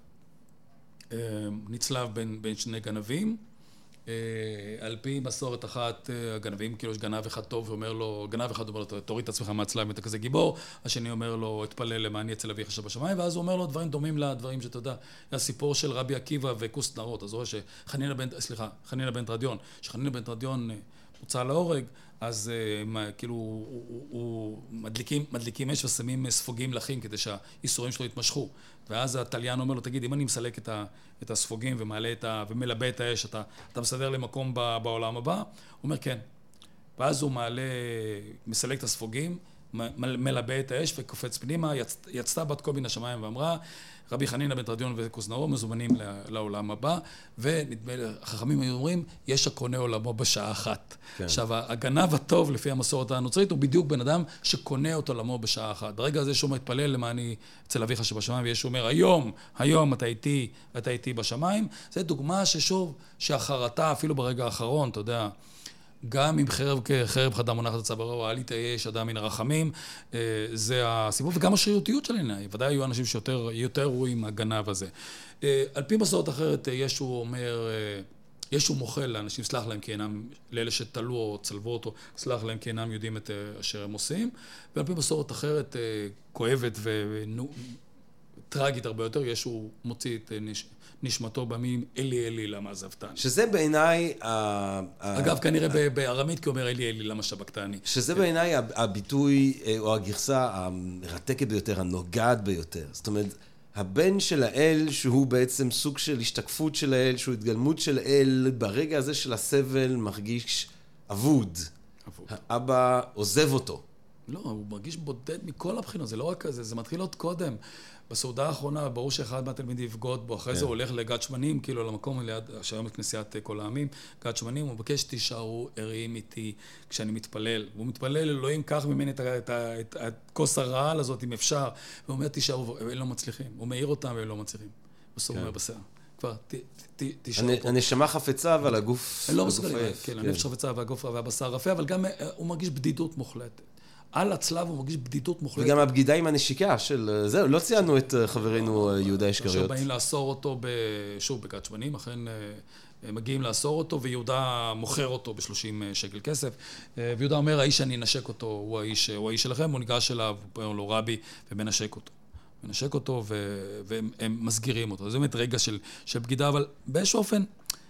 נצלב בין שני גנבים, על פי מסורת אחת, הגנבים, כאילו יש גנב אחד טוב ואומר לו, גנב אחד אומר לו, תוריד את עצמך מהצלב, אתה כזה גיבור, השני אומר לו, התפלל למען אצל אביך שבשמיים, ואז הוא אומר לו דברים דומים לדברים שאתה יודע, הסיפור של רבי עקיבא וכוס נרות, אז רואה שחנינה בן, סליחה, חנינה בן תרדיון, שחנינה בן תרדיון הוצא להורג, אז כאילו הוא מדליקים, מדליקים אש ושמים ספוגים לחים כדי שהאיסורים שלו יתמשכו. ואז התליין אומר לו, תגיד, אם אני מסלק את, ה, את הספוגים ומעלה את ה, ומלבה את האש, אתה, אתה מסדר למקום ב, בעולם הבא? הוא אומר, כן. ואז הוא מעלה, מסלק את הספוגים, מ, מלבה את האש וקופץ פנימה, יצ, יצתה בת קול מן השמיים ואמרה, רבי חנינה בן תרדיון וכוס נרות מזומנים לעולם הבא, ונדמה לי, החכמים היו אומרים, יש הקונה עולמו בשעה אחת. כן. עכשיו, הגנב הטוב לפי המסורת הנוצרית, הוא בדיוק בן אדם שקונה אותו עולמו בשעה אחת. ברגע הזה שהוא מתפלל למעני אצל אביך שבשמיים, ויש אומר, היום, היום אתה איתי, אתה איתי בשמיים. זה דוגמה ששוב, שהחרטה אפילו ברגע האחרון, אתה יודע, גם אם חרב כחרב חדה מונחת הצווארו, אל יתייאש אדם מן הרחמים, זה הסיפור, וגם השרירותיות של עיניי. ודאי היו אנשים שיותר יותר רואים הגנב הזה. על פי מסורת אחרת, ישו אומר, ישו מוחל לאנשים, סלח להם כי אינם, לאלה שתלו או צלבו אותו, סלח להם כי אינם יודעים את אשר הם עושים, ועל פי מסורת אחרת כואבת וטרגית הרבה יותר, ישו מוציא את נש... נשמתו במילים אלי אלי למה עזבתני. שזה בעיניי... אגב, כנראה בארמית כי אומר אלי אלי למה שבקתני. שזה בעיניי הביטוי או הגרסה המרתקת ביותר, הנוגעת ביותר. זאת אומרת, הבן של האל, שהוא בעצם סוג של השתקפות של האל, שהוא התגלמות של האל, ברגע הזה של הסבל מרגיש אבוד. אבוד. האבא עוזב אותו. לא, הוא מרגיש בודד מכל הבחינות, זה לא רק כזה, זה מתחיל עוד קודם. בסעודה האחרונה, ברור שאחד מהתלמידים יבגוד בו, אחרי זה הוא הולך לגת שמנים, כאילו למקום ליד, שהיום את כנסיית כל העמים, גת שמנים, הוא מבקש תישארו ערים איתי כשאני מתפלל. והוא מתפלל, אלוהים, קח ממני את הכוס הרעל הזאת, אם אפשר. והוא אומר, תישארו, הם לא מצליחים. הוא מעיר אותם והם לא מצליחים. בסוף הוא אומר, בסדר. כבר, תישארו פה. הנשמה חפצה, אבל הגוף... לא מסוגלים, כן, הנפש חפצה והגוף והבשר רפה, אבל גם הוא מרגיש בדידות מוחלטת. על הצלב הוא מרגיש בדידות מוחלטת. וגם הבגידה עם הנשיקה של... זהו, לא ציינו את חברינו יהודה אשכריות. עכשיו באים לאסור אותו, שוב, בגת שמנים, אכן מגיעים לאסור אותו, ויהודה מוכר אותו ב-שלושים שקל כסף. ויהודה אומר, האיש שאני אנשק אותו, הוא האיש, הוא האיש שלכם, הוא ניגש אליו, הוא אומר לו רבי, ומנשק אותו. מנשק אותו, והם מסגירים אותו. זה באמת רגע של, של בגידה, אבל באיזשהו אופן,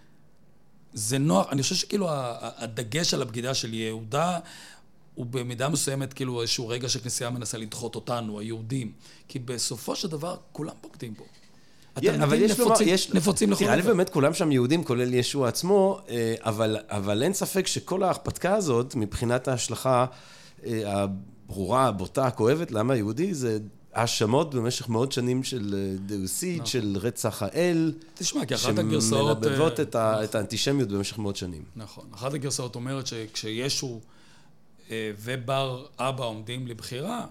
זה נוח. אני חושב שכאילו הדגש על הבגידה של יהודה, הוא במידה מסוימת כאילו איזשהו רגע שהכנסייה מנסה לדחות אותנו, היהודים. כי בסופו של דבר, כולם בוגדים בו. התלמידים נפוצים לכל דבר. תראה לי באמת כולם שם יהודים, כולל ישוע עצמו, אבל, אבל אין ספק שכל ההרפתקה הזאת, מבחינת ההשלכה הברורה, הבוטה, הכואבת, למה היהודי זה האשמות במשך מאות שנים של דאוסית, של רצח האל, תשמע, כי אחת הגרסאות... שמלבבות את האנטישמיות במשך מאות שנים. נכון. אחת הגרסאות אומרת שכשישו ובר אבא עומדים לבחירה.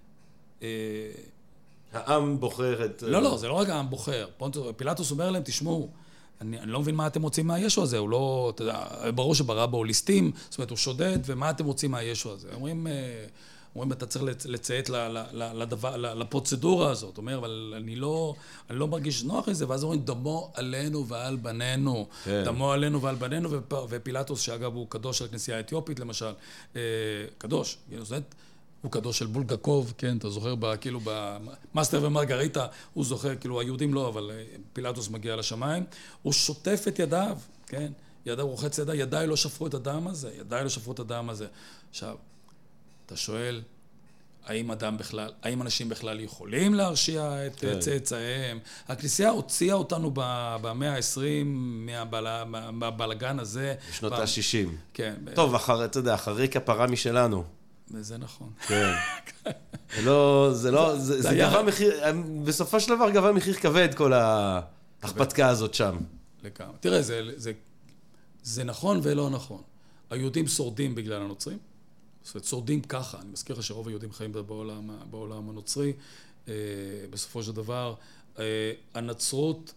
העם בוחר את... לא, לא, זה לא רק העם בוחר. פילטוס אומר להם, תשמעו, אני, אני לא מבין מה אתם רוצים מהישו הזה, הוא לא, אתה יודע, ברור שבר אבא הוא ליסטים, זאת אומרת, הוא שודד, ומה אתם רוצים מהישו הזה? אומרים, אומרים, אתה צריך לציית לדבר, לפרוצדורה הזאת. אומר, אבל אני לא, אני לא מרגיש נוח לזה, ואז אומרים, דמו עלינו ועל בנינו. כן. דמו עלינו ועל בנינו, ופילטוס, שאגב הוא קדוש של הכנסייה האתיופית, למשל, קדוש, זאת הוא קדוש של בולגקוב, כן, אתה זוכר, ב, כאילו, במאסטר ומרגריטה, הוא זוכר, כאילו, היהודים לא, אבל פילטוס מגיע לשמיים, הוא שוטף את ידיו, כן, ידיו רוחץ ידיו, ידיי לא שפרו את הדם הזה, ידיי לא שפרו את הדם הזה. עכשיו, אתה שואל, האם אדם בכלל, האם אנשים בכלל יכולים להרשיע את כן. צאצאיהם? הכנסייה הוציאה אותנו במאה ה-עשרים מהבלגן הזה. בשנות ה-שישים. כן. טוב, אחרי, אתה יודע, אחרי כפרה משלנו. זה נכון. כן. זה לא, זה לא, זה, זה גבה מחיר, בסופו של דבר גבה מחיר כבד כל ההכפתקה הזאת שם. לגמרי. תראה, זה, זה, זה נכון ולא נכון. היהודים שורדים בגלל הנוצרים. זאת אומרת, שורדים ככה. אני מזכיר לך שרוב היהודים חיים בעולם, בעולם הנוצרי. בסופו של דבר, הנצרות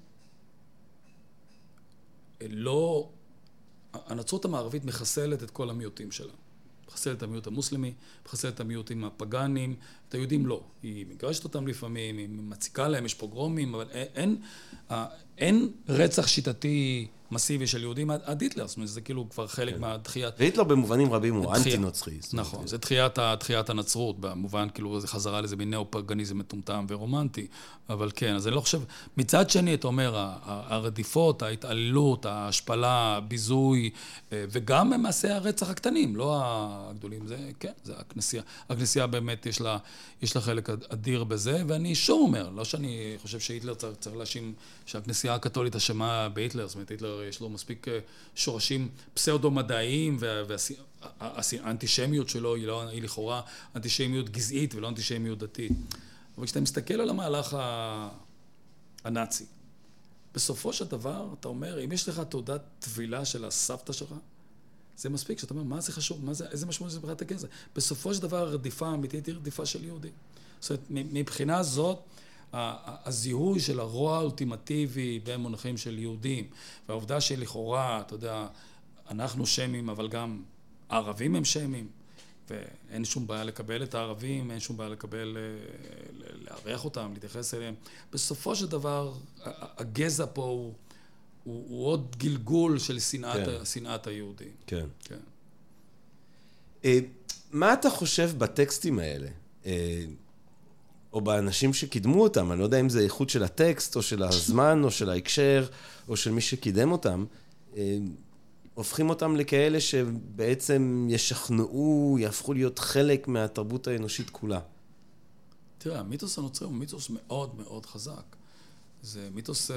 לא, הנצרות המערבית מחסלת את כל המיעוטים שלה. מחסלת את המיעוט המוסלמי, מחסלת את המיעוטים הפגאנים, את היהודים לא. היא מגרשת אותם לפעמים, היא מציקה להם, יש פוגרומים, אבל אין, אין רצח שיטתי מסיבי של יהודים עד היטלר, זאת אומרת, זה כאילו כבר חלק מהדחיית... והיטלר במובנים רבים הוא אנטי-נוצרי. נכון, זה דחיית הנצרות, במובן כאילו זה חזרה לזה בנאו-פגניזם מטומטם ורומנטי, אבל כן, אז אני לא חושב... מצד שני, אתה אומר, הרדיפות, ההתעללות, ההשפלה, הביזוי, וגם מעשי הרצח הקטנים, לא הגדולים, זה כן, זה הכנסייה. הכנסייה באמת יש לה, יש לה חלק אדיר בזה, ואני שוב אומר, לא שאני חושב שהיטלר צריך, צריך להאשים שהכנסייה הקתולית אשמה בהיטלר, זאת אומרת, היטלר יש לו מספיק שורשים פסאודו-מדעיים, והאנטישמיות שלו היא, לא, היא לכאורה אנטישמיות גזעית ולא אנטישמיות דתית. אבל כשאתה מסתכל על המהלך הנאצי, בסופו של דבר, אתה אומר, אם יש לך תעודת טבילה של הסבתא שלך, זה מספיק, שאתה אומר, מה זה חשוב? מה זה, איזה משמעות זה ברירת הגזע? בסופו של דבר, הרדיפה האמיתית היא רדיפה של יהודים. זאת אומרת, מבחינה זאת, הזיהוי של הרוע האולטימטיבי במונחים של יהודים, והעובדה שלכאורה, אתה יודע, אנחנו שמים, אבל גם הערבים הם שמים, ואין שום בעיה לקבל את הערבים, אין שום בעיה לקבל, לארח אותם, להתייחס אליהם. בסופו של דבר, הגזע פה הוא, הוא, הוא עוד גלגול של שנאת, כן. שנאת היהודים. כן. כן. אה, מה אתה חושב בטקסטים האלה? אה, או באנשים שקידמו אותם, אני לא יודע אם זה איכות של הטקסט, או של הזמן, או של ההקשר, או של מי שקידם אותם, אה, הופכים אותם לכאלה שבעצם ישכנעו, יהפכו להיות חלק מהתרבות האנושית כולה. תראה, המיתוס הנוצרי הוא מיתוס מאוד מאוד חזק. זה מיתוס...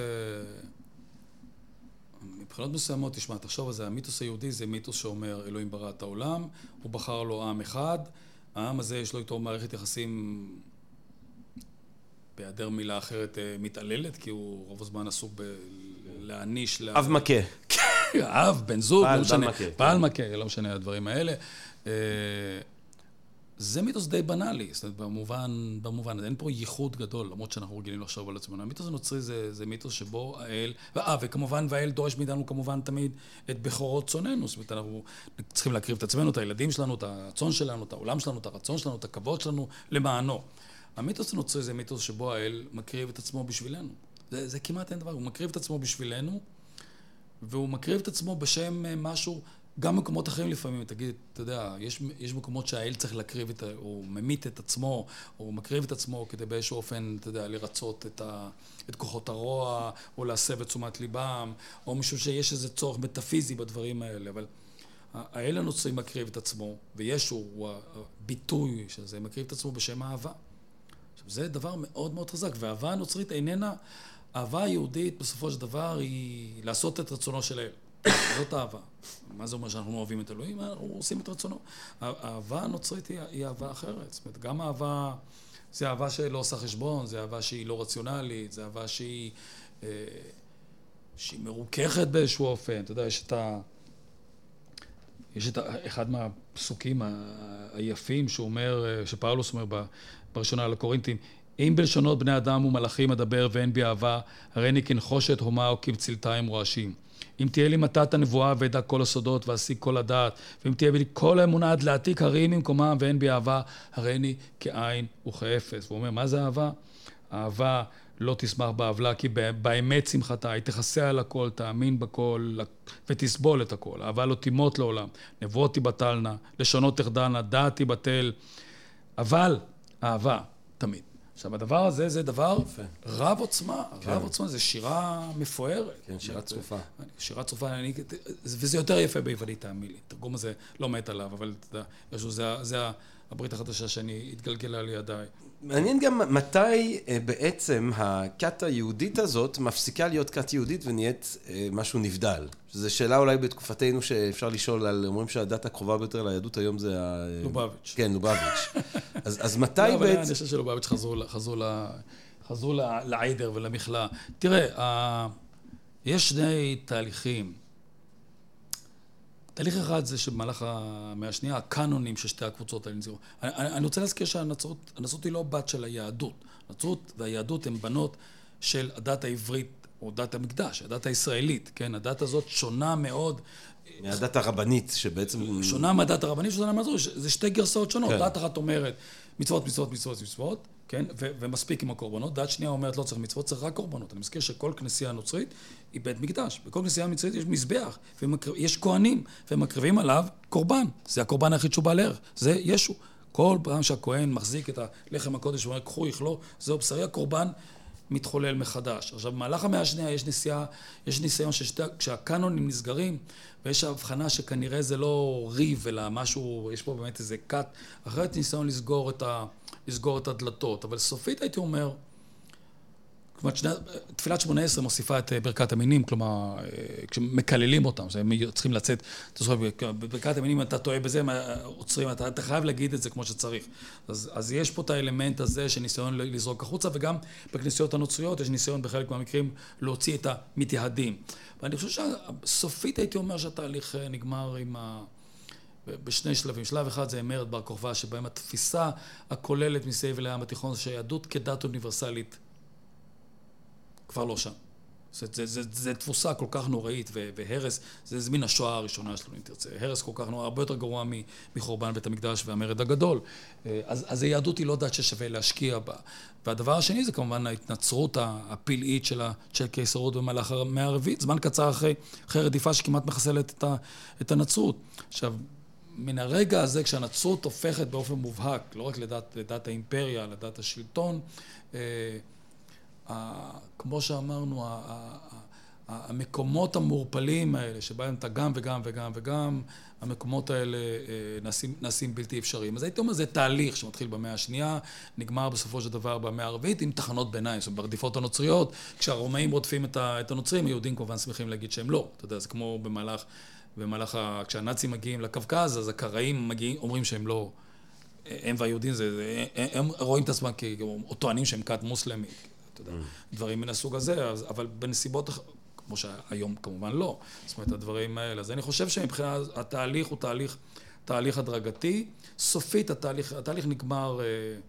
מבחינות מסוימות, תשמע, תחשוב על זה, המיתוס היהודי זה מיתוס שאומר אלוהים ברא את העולם, הוא בחר לו עם אחד, העם הזה יש לו איתו מערכת יחסים, בהיעדר מילה אחרת, מתעללת, כי הוא רוב הזמן עסוק בלהעניש... אב מכה. אב, בן זוג, בעל, לא משנה, בעל מכה. בעל מכה, לא משנה הדברים האלה. זה מיתוס די בנאלי, זאת אומרת, במובן, במובן, אין פה ייחוד גדול, למרות שאנחנו רגילים לחשוב על עצמנו. המיתוס הנוצרי זה, זה מיתוס שבו האל, ואה, וכמובן, והאל דורש מאיתנו כמובן תמיד את בכורות צוננו, זאת אומרת, אנחנו צריכים להקריב את עצמנו, את הילדים שלנו, את הצאן שלנו, את העולם שלנו, את הרצון שלנו, את הכבוד שלנו, למענו. המיתוס הנוצרי זה מיתוס שבו האל מקריב את עצמו בשבילנו. זה, זה כמעט אין דבר, הוא מקריב את עצמו בשבילנו, והוא מקריב את עצמו בשם משהו, גם מקומות אחרים לפעמים, תגיד, אתה יודע, יש, יש מקומות שהאל צריך להקריב את, הוא ממית את עצמו, או מקריב את עצמו כדי באיזשהו אופן, אתה יודע, לרצות את, ה, את כוחות הרוע, או להסב את תשומת ליבם, או משום שיש איזה צורך מטאפיזי בדברים האלה, אבל האל הנוצרי מקריב את עצמו, וישו הוא הביטוי של זה, מקריב את עצמו בשם האהבה. עכשיו, זה דבר מאוד מאוד חזק, והאהבה הנוצרית איננה, האהבה היהודית בסופו של דבר היא לעשות את רצונו של האל. זאת אהבה. מה זה אומר שאנחנו אוהבים את אלוהים? אנחנו עושים את רצונו. האהבה הנוצרית היא, היא אהבה אחרת. זאת אומרת, גם אהבה, זה אהבה שלא עושה חשבון, זה אהבה שהיא לא רציונלית, זה אהבה שהיא, אה, שהיא מרוככת באיזשהו אופן. אתה יודע, יש את ה... יש את ה, אחד מהפסוקים היפים שהוא אומר, שפאולוס אומר בראשונה לקורינתים, אם בלשונות בני אדם ומלאכים אדבר ואין בי אהבה, הרי אני כנחושת הומה או כמצלתיים רועשים. אם תהיה לי מתת הנבואה וידע כל הסודות ואשיג כל הדעת, ואם תהיה לי כל האמונה עד להעתיק הרים ממקומם ואין בי אהבה, הרי אני כעין וכאפס. והוא אומר, מה זה אהבה? אהבה לא תשמח בעוולה, כי באמת שמחתה, היא תכסה על הכל, תאמין בכל ותסבול את הכל. אהבה לא תימות לעולם, נבואות תבטלנה, לשונות תחדלנה, דעת תבטל, אבל אהבה תמיד. עכשיו, הדבר הזה זה דבר יפה. רב עוצמה, כן. רב עוצמה, זה שירה מפוארת. כן, שירה צרופה. שירה צרופה, אני, וזה יותר יפה ביוונית, תאמין לי. תרגום הזה לא מת עליו, אבל אתה יודע, זה, זה הברית החדשה שאני התגלגלה לידיי. מעניין גם מתי בעצם הכת היהודית הזאת מפסיקה להיות כת יהודית ונהיית משהו נבדל. שזו שאלה אולי בתקופתנו שאפשר לשאול על, אומרים שהדת הקרובה ביותר ליהדות היום זה ה... לובביץ'. כן, לובביץ'. אז, אז מתי לא, בעצם... אני חושב שלובביץ' חזרו, חזרו, חזרו לעדר ולמכלה. תראה, יש שני תהליכים. תהליך אחד זה שבמהלך המאה השנייה, הקאנונים של שתי הקבוצות האלה נזירו. אני, אני רוצה להזכיר שהנצרות, הנצרות היא לא בת של היהדות. הנצרות והיהדות הן בנות של הדת העברית, או דת המקדש, הדת הישראלית, כן? הדת הזאת שונה מאוד. מהדת הרבנית שבעצם... שונה מהדת הרבנית, שונה מהזו, זה שתי גרסאות שונות. כן. דת אחת אומרת מצוות, מצוות, מצוות, מצוות, כן? ו- ומספיק עם הקורבנות. דת שנייה אומרת לא צריך מצוות, צריך רק קורבנות. אני מזכיר שכל כנסייה נוצרית היא בית מקדש. בכל כנסייה מצרית יש מזבח, ויש כהנים, והם מקריבים עליו קורבן. זה הקורבן היחיד שהוא בעל ערך. זה ישו. כל פעם שהכהן מחזיק את הלחם הקודש ואומר, קחו, יאכלו, זהו בשרי הקורבן מתחולל מחדש. עכשיו, במהלך המאה השנייה יש ניסיון, יש ניסיון שכשהקאנונים נסגרים, ויש הבחנה שכנראה זה לא ריב, אלא משהו, יש פה באמת איזה קאט, אחרת ניסיון לסגור את, ה, לסגור את הדלתות. אבל סופית הייתי אומר, כלומר, תפילת שמונה עשרה מוסיפה את ברכת המינים, כלומר, כשמקללים אותם, הם צריכים לצאת, אתה זוכר, בברכת המינים אתה טועה בזה, עוצרים, אתה, אתה חייב להגיד את זה כמו שצריך. אז, אז יש פה את האלמנט הזה של ניסיון לזרוק החוצה, וגם בכנסיות הנוצריות יש ניסיון בחלק מהמקרים להוציא את המתייהדים. ואני חושב שסופית הייתי אומר שהתהליך נגמר עם ה... בשני שלבים. שלב אחד זה מרד בר כוכבא, שבהם התפיסה הכוללת מסביב לים התיכון, שהיהדות כדת אוניברסלית כבר לא שם. זה, זה, זה, זה תפוסה כל כך נוראית, והרס, זה, זה מין השואה הראשונה שלנו, אם תרצה. הרס כל כך נורא, הרבה יותר גרוע מחורבן בית המקדש והמרד הגדול. אז, אז היהדות היא לא דת ששווה להשקיע בה. והדבר השני זה כמובן ההתנצרות הפלאית של, של קיסרות במהלך המאה הרביעית, זמן קצר אחרי, אחרי רדיפה שכמעט מחסלת את, ה, את הנצרות. עכשיו, מן הרגע הזה, כשהנצרות הופכת באופן מובהק, לא רק לדת, לדת האימפריה, לדת השלטון, כמו שאמרנו, המקומות המורפלים האלה, שבהם אתה גם וגם וגם וגם, המקומות האלה נעשים, נעשים בלתי אפשריים. אז הייתי אומר, זה תהליך שמתחיל במאה השנייה, נגמר בסופו של דבר במאה הרביעית, עם תחנות ביניים, זאת אומרת, ברדיפות הנוצריות, כשהרומאים רודפים את הנוצרים, היהודים כמובן שמחים להגיד שהם לא. אתה יודע, זה כמו במהלך, במהלך, כשהנאצים מגיעים לקווקז, אז הקראים מגיעים, אומרים שהם לא, הם והיהודים, זה, זה, הם רואים את עצמם או טוענים שהם כת מוסלמית. אתה יודע, דברים מן הסוג הזה, אבל בנסיבות, כמו שהיום כמובן לא. זאת אומרת, הדברים האלה. אז אני חושב שמבחינה, התהליך הוא תהליך, תהליך הדרגתי. סופית, התהליך, התהליך נגמר אה,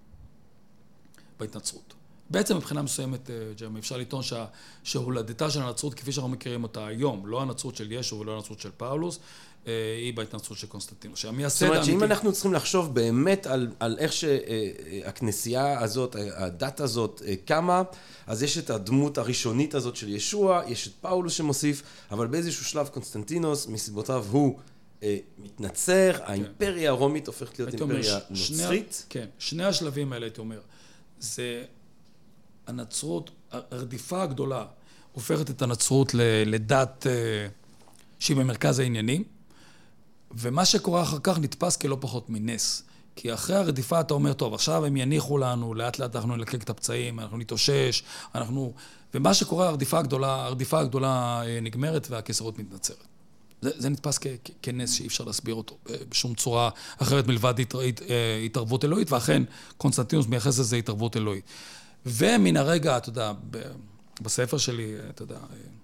בהתנצרות. בעצם מבחינה מסוימת, ג'רמי, אפשר לטעון שה, שהולדתה של הנצרות, כפי שאנחנו מכירים אותה היום, לא הנצרות של ישו ולא הנצרות של פאולוס, היא בהתנצרות של קונסטנטינוס. זאת אומרת שאם אנחנו צריכים לחשוב באמת על, על איך שהכנסייה הזאת, הדת הזאת קמה, אז יש את הדמות הראשונית הזאת של ישוע, יש את פאולוס שמוסיף, אבל באיזשהו שלב קונסטנטינוס, מסיבותיו הוא מתנצר, האימפריה הרומית הופכת להיות אימפריה נוצרית. כן, שני השלבים האלה, הייתי אומר, זה הנצרות, הרדיפה הגדולה, הופכת את הנצרות לדת שהיא במרכז העניינים, ומה שקורה אחר כך נתפס כלא פחות מנס. כי אחרי הרדיפה אתה אומר, טוב, עכשיו הם יניחו לנו, לאט לאט אנחנו נלקק את הפצעים, אנחנו נתאושש, אנחנו... ומה שקורה, הרדיפה הגדולה, הרדיפה הגדולה נגמרת והקיסרות מתנצרת. זה, זה נתפס כ, כ, כנס שאי אפשר להסביר אותו בשום צורה אחרת מלבד התערבות אלוהית, ואכן קונסטנטינוס מייחס לזה התערבות אלוהית. ומן הרגע, אתה יודע, בספר שלי, אתה יודע,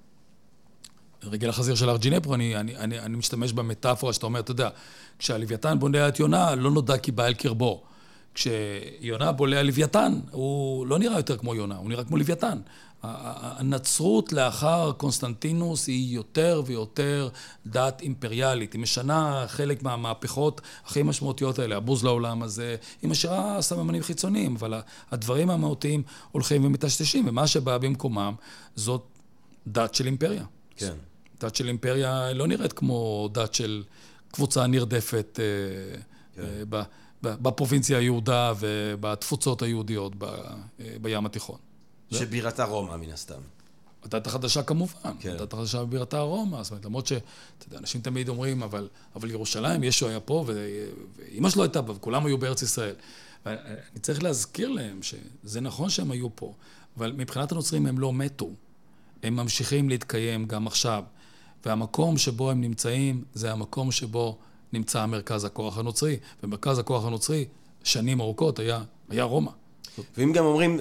רגל החזיר של ארג'ינפרו, אני, אני, אני, אני משתמש במטאפורה שאתה אומר, אתה יודע, כשהלוויתן בולע את יונה, לא נודע כי בא אל קרבו. כשיונה בולע לוויתן, הוא לא נראה יותר כמו יונה, הוא נראה כמו לוויתן. הנצרות לאחר קונסטנטינוס היא יותר ויותר דת אימפריאלית. היא משנה חלק מהמהפכות הכי משמעותיות האלה, הבוז לעולם הזה, היא משאירה סממנים חיצוניים, אבל הדברים המהותיים הולכים ומטשטשים, ומה שבא במקומם זאת דת של אימפריה. כן. דת של אימפריה לא נראית כמו דת של קבוצה נרדפת כן. בפרובינציה היהודה ובתפוצות היהודיות בים התיכון. שבירתה רומא מן הסתם. הדת החדשה כמובן, כן. הדת החדשה בירתה רומא, זאת אומרת, למרות שאנשים תמיד אומרים, אבל, אבל ירושלים, ישו היה פה, ואמא שלו הייתה בה, וכולם היו בארץ ישראל. ואני צריך להזכיר להם שזה נכון שהם היו פה, אבל מבחינת הנוצרים הם לא מתו. הם ממשיכים להתקיים גם עכשיו. והמקום שבו הם נמצאים, זה המקום שבו נמצא מרכז הכוח הנוצרי. ומרכז הכוח הנוצרי, שנים ארוכות, היה, היה רומא. ואם גם אומרים,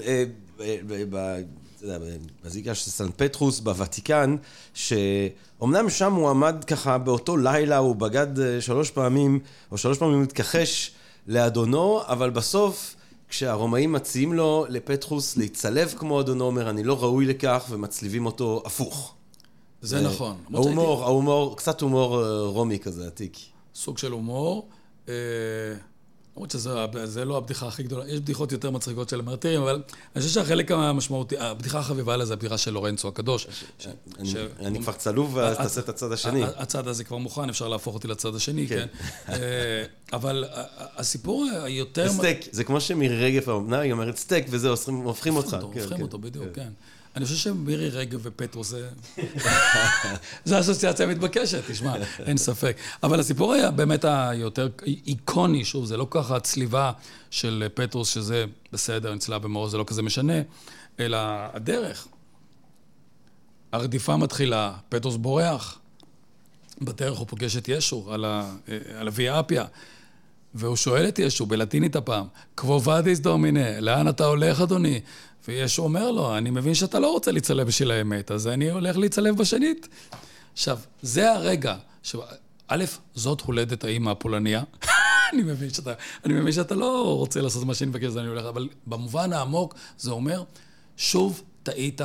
בזיקה של סן פטרוס בוותיקן, שאומנם שם הוא עמד ככה באותו לילה, הוא בגד שלוש פעמים, או שלוש פעמים מתכחש לאדונו, אבל בסוף, כשהרומאים מציעים לו לפטרוס להצלב כמו אדונו, אומר, אני לא ראוי לכך, ומצליבים אותו הפוך. זה נכון. ההומור, ההומור, קצת הומור רומי כזה, עתיק. סוג של הומור. למרות שזה לא הבדיחה הכי גדולה. יש בדיחות יותר מצחיקות של המרטירים, אבל אני חושב שהחלק המשמעותי, הבדיחה החביבה לזה, הבדיחה של לורנצו הקדוש. אני כבר צלוב, ואז תעשה את הצד השני. הצד הזה כבר מוכן, אפשר להפוך אותי לצד השני, כן. אבל הסיפור היותר... סטייק, זה כמו שמירי רגב האומנה, היא אומרת סטייק, וזה הופכים אותך. הופכים אותו, בדיוק, כן. אני חושב שמירי רגב ופטרוס זה... זה אסוציאציה מתבקשת, תשמע, אין ספק. אבל הסיפור היה באמת היותר איקוני, שוב, זה לא ככה הצליבה של פטרוס, שזה בסדר, נצלה במאור, זה לא כזה משנה, אלא הדרך. הרדיפה מתחילה, פטרוס בורח, בדרך הוא פוגש את ישו על הוויה אפיה, והוא שואל את ישו, בלטינית הפעם, קוו ודיס דומינה, לאן אתה הולך, אדוני? וישו אומר לו, אני מבין שאתה לא רוצה להצלב בשביל האמת, אז אני הולך להצלב בשנית. עכשיו, זה הרגע, א', זאת הולדת האמא הפולניה, אני מבין שאתה, אני מבין שאתה לא רוצה לעשות מה שאני מבקש, אז אני הולך, אבל במובן העמוק זה אומר, שוב טעית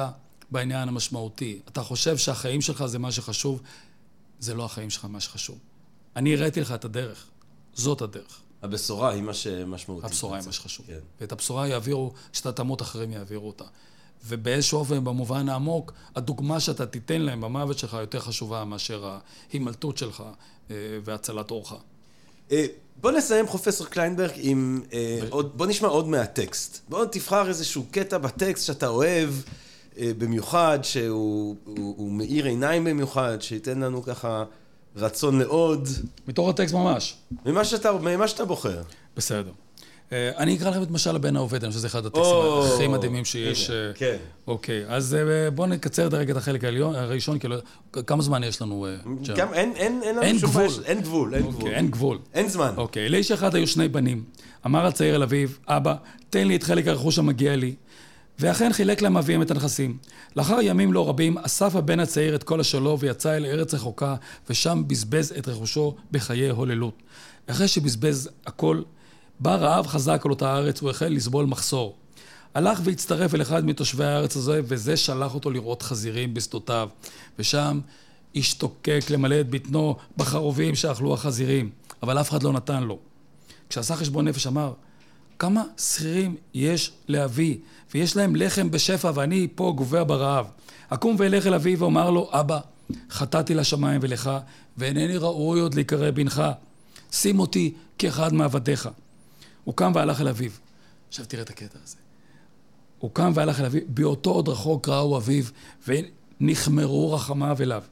בעניין המשמעותי. אתה חושב שהחיים שלך זה מה שחשוב, זה לא החיים שלך מה שחשוב. אני הראיתי לך את הדרך. זאת הדרך. הבשורה היא מה שמשמעותי. הבשורה היא מה שחשוב. כן. ואת הבשורה יעבירו, כשאתה תמות אחרים יעבירו אותה. ובאיזשהו אופן, במובן העמוק, הדוגמה שאתה תיתן להם במוות שלך יותר חשובה מאשר ההימלטות שלך והצלת אורך. בוא נסיים, פרופסור קליינברג, עם... בוא נשמע עוד מהטקסט. בוא תבחר איזשהו קטע בטקסט שאתה אוהב במיוחד, שהוא מאיר עיניים במיוחד, שייתן לנו ככה רצון מאוד. מתוך הטקסט ממש. ממה שאתה, ממה שאתה בוחר. בסדר. אני אקרא לכם את משל הבן העובד, אני חושב שזה אחד הטקסטים הכי מדהימים שיש. כן. אוקיי, אז בואו נקצר דרגע את החלק הראשון, כי כמה זמן יש לנו? אין גבול. אין גבול, אין גבול. אין גבול. אין זמן. אוקיי, לאיש אחד היו שני בנים. אמר הצעיר אל אביו, אבא, תן לי את חלק הרכוש המגיע לי. ואכן חילק להם אביהם את הנכסים. לאחר ימים לא רבים, אסף הבן הצעיר את כל השלו ויצא אל ארץ רחוקה, ושם בזבז את רכושו בחיי הוללות. אחרי שבזבז הכל, בא רעב חזק על אותה הארץ, הוא החל לסבול מחסור. הלך והצטרף אל אחד מתושבי הארץ הזה, וזה שלח אותו לראות חזירים בשדותיו. ושם השתוקק למלא את בטנו בחרובים שאכלו החזירים, אבל אף אחד לא נתן לו. כשעשה חשבון נפש אמר, כמה שכירים יש לאבי, ויש להם לחם בשפע, ואני פה גווע ברעב. אקום ואלך אל אבי ואומר לו, אבא, חטאתי לשמיים ולך, ואינני ראוי עוד להיקרא בנך. שים אותי כאחד מעבדיך. הוא קם והלך אל אביו. עכשיו תראה את הקטע הזה. הוא קם והלך אל אביו, באותו עוד רחוק ראו אביו, ונחמרו רחמיו אליו.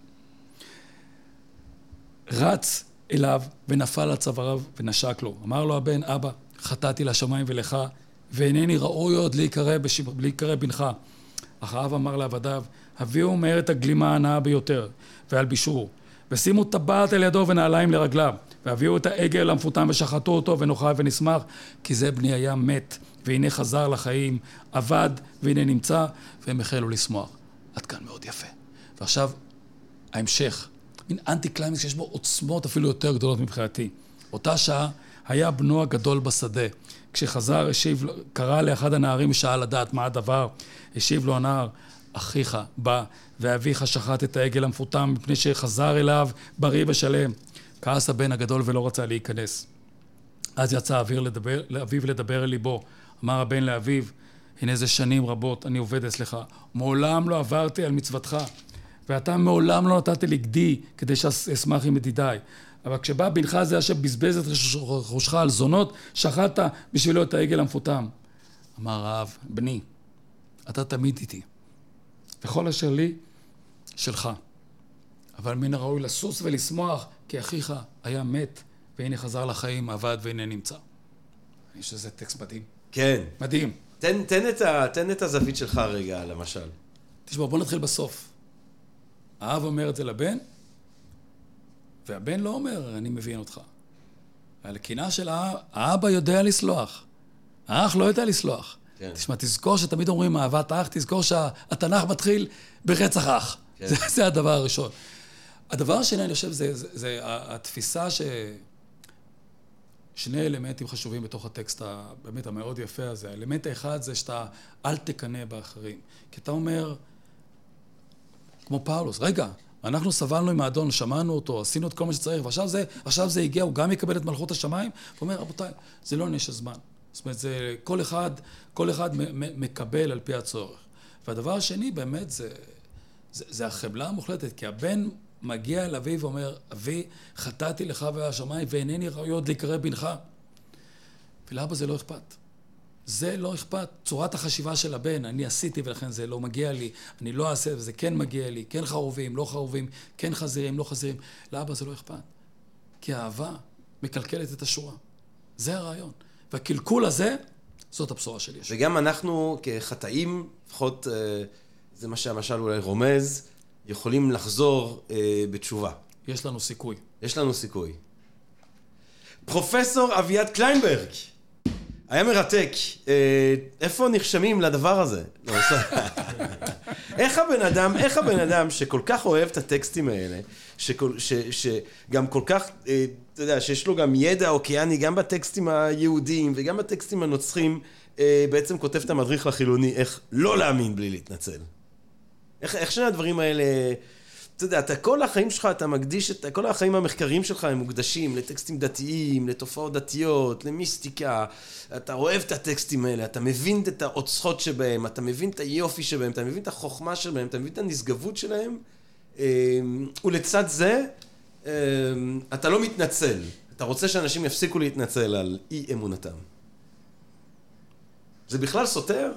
רץ אליו ונפל על צוואריו ונשק לו. אמר לו הבן, אבא, חטאתי לשמיים ולך, ואינני ראוי עוד להיקרא, בש... להיקרא בנך. אך האב אמר לעבדיו, הביאו מהר את הגלימה הנאה ביותר, והלבישוהו, ושימו טבעת על ידו ונעליים לרגליו, והביאו את העגל המפותם ושחטו אותו ונאכל ונשמח, כי זה בני היה מת, והנה חזר לחיים, עבד והנה נמצא, והם החלו לשמוח. עד כאן מאוד יפה. ועכשיו, ההמשך, מין אנטי קליימקס שיש בו עוצמות אפילו יותר גדולות מבחינתי. אותה שעה היה בנו הגדול בשדה. כשחזר, השיב, קרא לאחד הנערים ושאל לדעת מה הדבר. השיב לו הנער, אחיך בא, ואביך שחט את העגל המפותם מפני שחזר אליו בריא ושלם. כעס הבן הגדול ולא רצה להיכנס. אז יצא אביו לדבר, לאביו לדבר אל ליבו. אמר הבן לאביו, הנה זה שנים רבות אני עובד אצלך. מעולם לא עברתי על מצוותך, ואתה מעולם לא נתת לי גדי כדי שאשמח עם ידידיי. אבל כשבא בנך זה אשר בזבז את רכושך על זונות, שחטת בשבילו את העגל המפותם. אמר האב, בני, אתה תמיד איתי. וכל אשר לי, שלך. אבל מן הראוי לסוס ולשמוח, כי אחיך היה מת, והנה חזר לחיים, עבד והנה נמצא. אני חושב שזה טקסט מדהים. כן. מדהים. תן, תן, את ה, תן את הזווית שלך רגע, למשל. תשמע, בוא נתחיל בסוף. האב אומר את זה לבן, והבן לא אומר, אני מבין אותך. על הקינה של האב, האבא יודע לסלוח. האח לא יודע לסלוח. כן. תשמע, תזכור שתמיד אומרים אהבת האח, תזכור שהתנ"ך מתחיל ברצח האח. כן. זה, זה הדבר הראשון. הדבר השני, אני חושב, זה, זה, זה התפיסה ש... שני אלמנטים חשובים בתוך הטקסט באמת המאוד יפה הזה. האלמנט האחד זה שאתה אל תקנא באחרים. כי אתה אומר, כמו פאולוס, רגע, אנחנו סבלנו עם האדון, שמענו אותו, עשינו את כל מה שצריך, ועכשיו זה, עכשיו זה הגיע, הוא גם יקבל את מלכות השמיים, הוא אומר, רבותיי, זה לא עניין של זמן. זאת אומרת, זה, כל אחד, כל אחד מקבל על פי הצורך. והדבר השני באמת זה, זה, זה החבלה המוחלטת, כי הבן מגיע אל אבי ואומר, אבי, חטאתי לך והשמיים, ואינני ראוי עוד להיקרא בנך. ולאבא זה לא אכפת. זה לא אכפת. צורת החשיבה של הבן, אני עשיתי ולכן זה לא מגיע לי, אני לא אעשה וזה כן מגיע לי, כן חרובים, לא חרובים, כן חזירים, לא חזירים. לאבא זה לא אכפת. כי האהבה מקלקלת את השורה. זה הרעיון. והקלקול הזה, זאת הבשורה של ישוע. וגם אנחנו כחטאים, לפחות זה מה שהמשל אולי רומז, יכולים לחזור אה, בתשובה. יש לנו סיכוי. יש לנו סיכוי. פרופסור אביעד קליינברג, היה מרתק. אה, איפה נרשמים לדבר הזה? איך הבן אדם, איך הבן אדם שכל כך אוהב את הטקסטים האלה, שכל, ש, שגם כל כך, אה, אתה יודע, שיש לו גם ידע אוקיאני, גם בטקסטים היהודיים וגם בטקסטים הנוצחים, אה, בעצם כותב את המדריך לחילוני, איך לא להאמין בלי להתנצל. איך, איך שני הדברים האלה, אתה יודע, אתה, כל החיים שלך, אתה מקדיש, את, כל החיים המחקרים שלך הם מוקדשים לטקסטים דתיים, לתופעות דתיות, למיסטיקה, אתה אוהב את הטקסטים האלה, אתה מבין את העוצחות שבהם, אתה מבין את היופי שבהם, אתה מבין את החוכמה שלהם, אתה מבין את הנשגבות שלהם, ולצד זה, אתה לא מתנצל. אתה רוצה שאנשים יפסיקו להתנצל על אי אמונתם. זה בכלל סותר?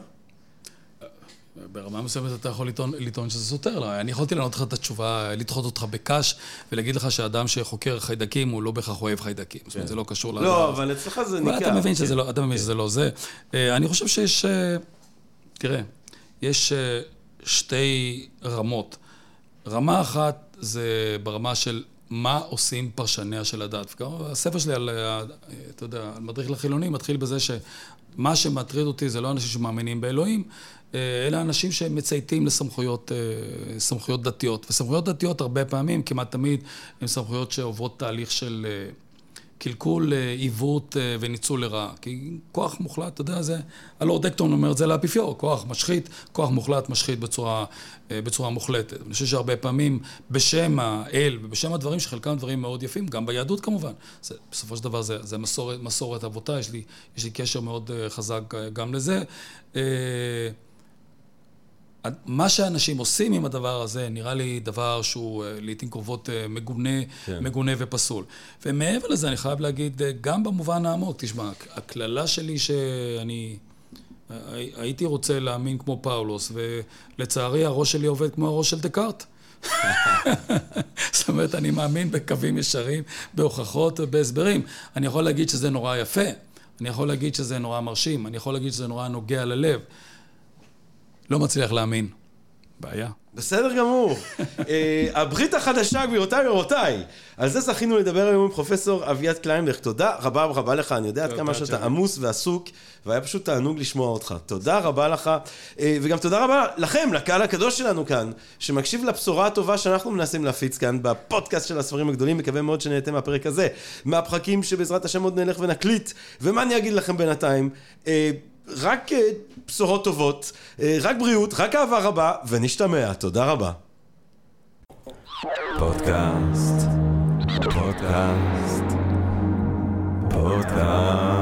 ברמה מסוימת אתה יכול לטעון, לטעון שזה סותר. אני יכולתי לענות לך את התשובה, לדחות אותך בקש, ולהגיד לך שאדם שחוקר חיידקים הוא לא בהכרח אוהב חיידקים. זאת אומרת, זה לא קשור לדבר. לא, אבל אצלך זה ניכר. אבל אתה מבין שזה לא, אתה מבין שזה לא זה. אני חושב שיש, תראה, יש שתי רמות. רמה אחת זה ברמה של מה עושים פרשניה של הדת. הספר שלי על, אתה יודע, על מדריך לחילונים מתחיל בזה שמה שמטריד אותי זה לא אנשים שמאמינים באלוהים, אלא אנשים שמצייתים לסמכויות סמכויות דתיות. וסמכויות דתיות הרבה פעמים, כמעט תמיד, הן סמכויות שעוברות תהליך של קלקול, עיוות וניצול לרעה. כי כוח מוחלט, אתה יודע, זה, הלורד אקטון אומר את זה לאפיפיור, כוח משחית, כוח מוחלט משחית בצורה, בצורה מוחלטת. אני חושב שהרבה פעמים בשם האל ובשם הדברים שחלקם דברים מאוד יפים, גם ביהדות כמובן. זה, בסופו של דבר זה, זה מסורת, מסורת אבותיי, יש לי, יש לי קשר מאוד חזק גם לזה. מה שאנשים עושים עם הדבר הזה נראה לי דבר שהוא לעתים קרובות מגונה, כן. מגונה ופסול. ומעבר לזה אני חייב להגיד, גם במובן העמוק, תשמע, הכללה שלי שאני הייתי רוצה להאמין כמו פאולוס, ולצערי הראש שלי עובד כמו הראש של דקארט. זאת אומרת, אני מאמין בקווים ישרים, בהוכחות ובהסברים. אני יכול להגיד שזה נורא יפה, אני יכול להגיד שזה נורא מרשים, אני יכול להגיד שזה נורא נוגע ללב. לא מצליח להאמין. בעיה. בסדר גמור. הברית החדשה, גבירותיי ורבותיי. על זה זכינו לדבר היום עם פרופסור אביעד קליינבך. תודה רבה רבה לך. אני יודע עד כמה שאתה עמוס ועסוק, והיה פשוט תענוג לשמוע אותך. תודה רבה לך. וגם תודה רבה לכם, לקהל הקדוש שלנו כאן, שמקשיב לבשורה הטובה שאנחנו מנסים להפיץ כאן בפודקאסט של הספרים הגדולים. מקווה מאוד שנהייתם מהפרק הזה, מהפרקים שבעזרת השם עוד נלך ונקליט. ומה אני אגיד לכם בינתיים? רק בשורות טובות, רק בריאות, רק אהבה רבה, ונשתמע. תודה רבה. פודקאסט, פודקאסט, פודקאסט.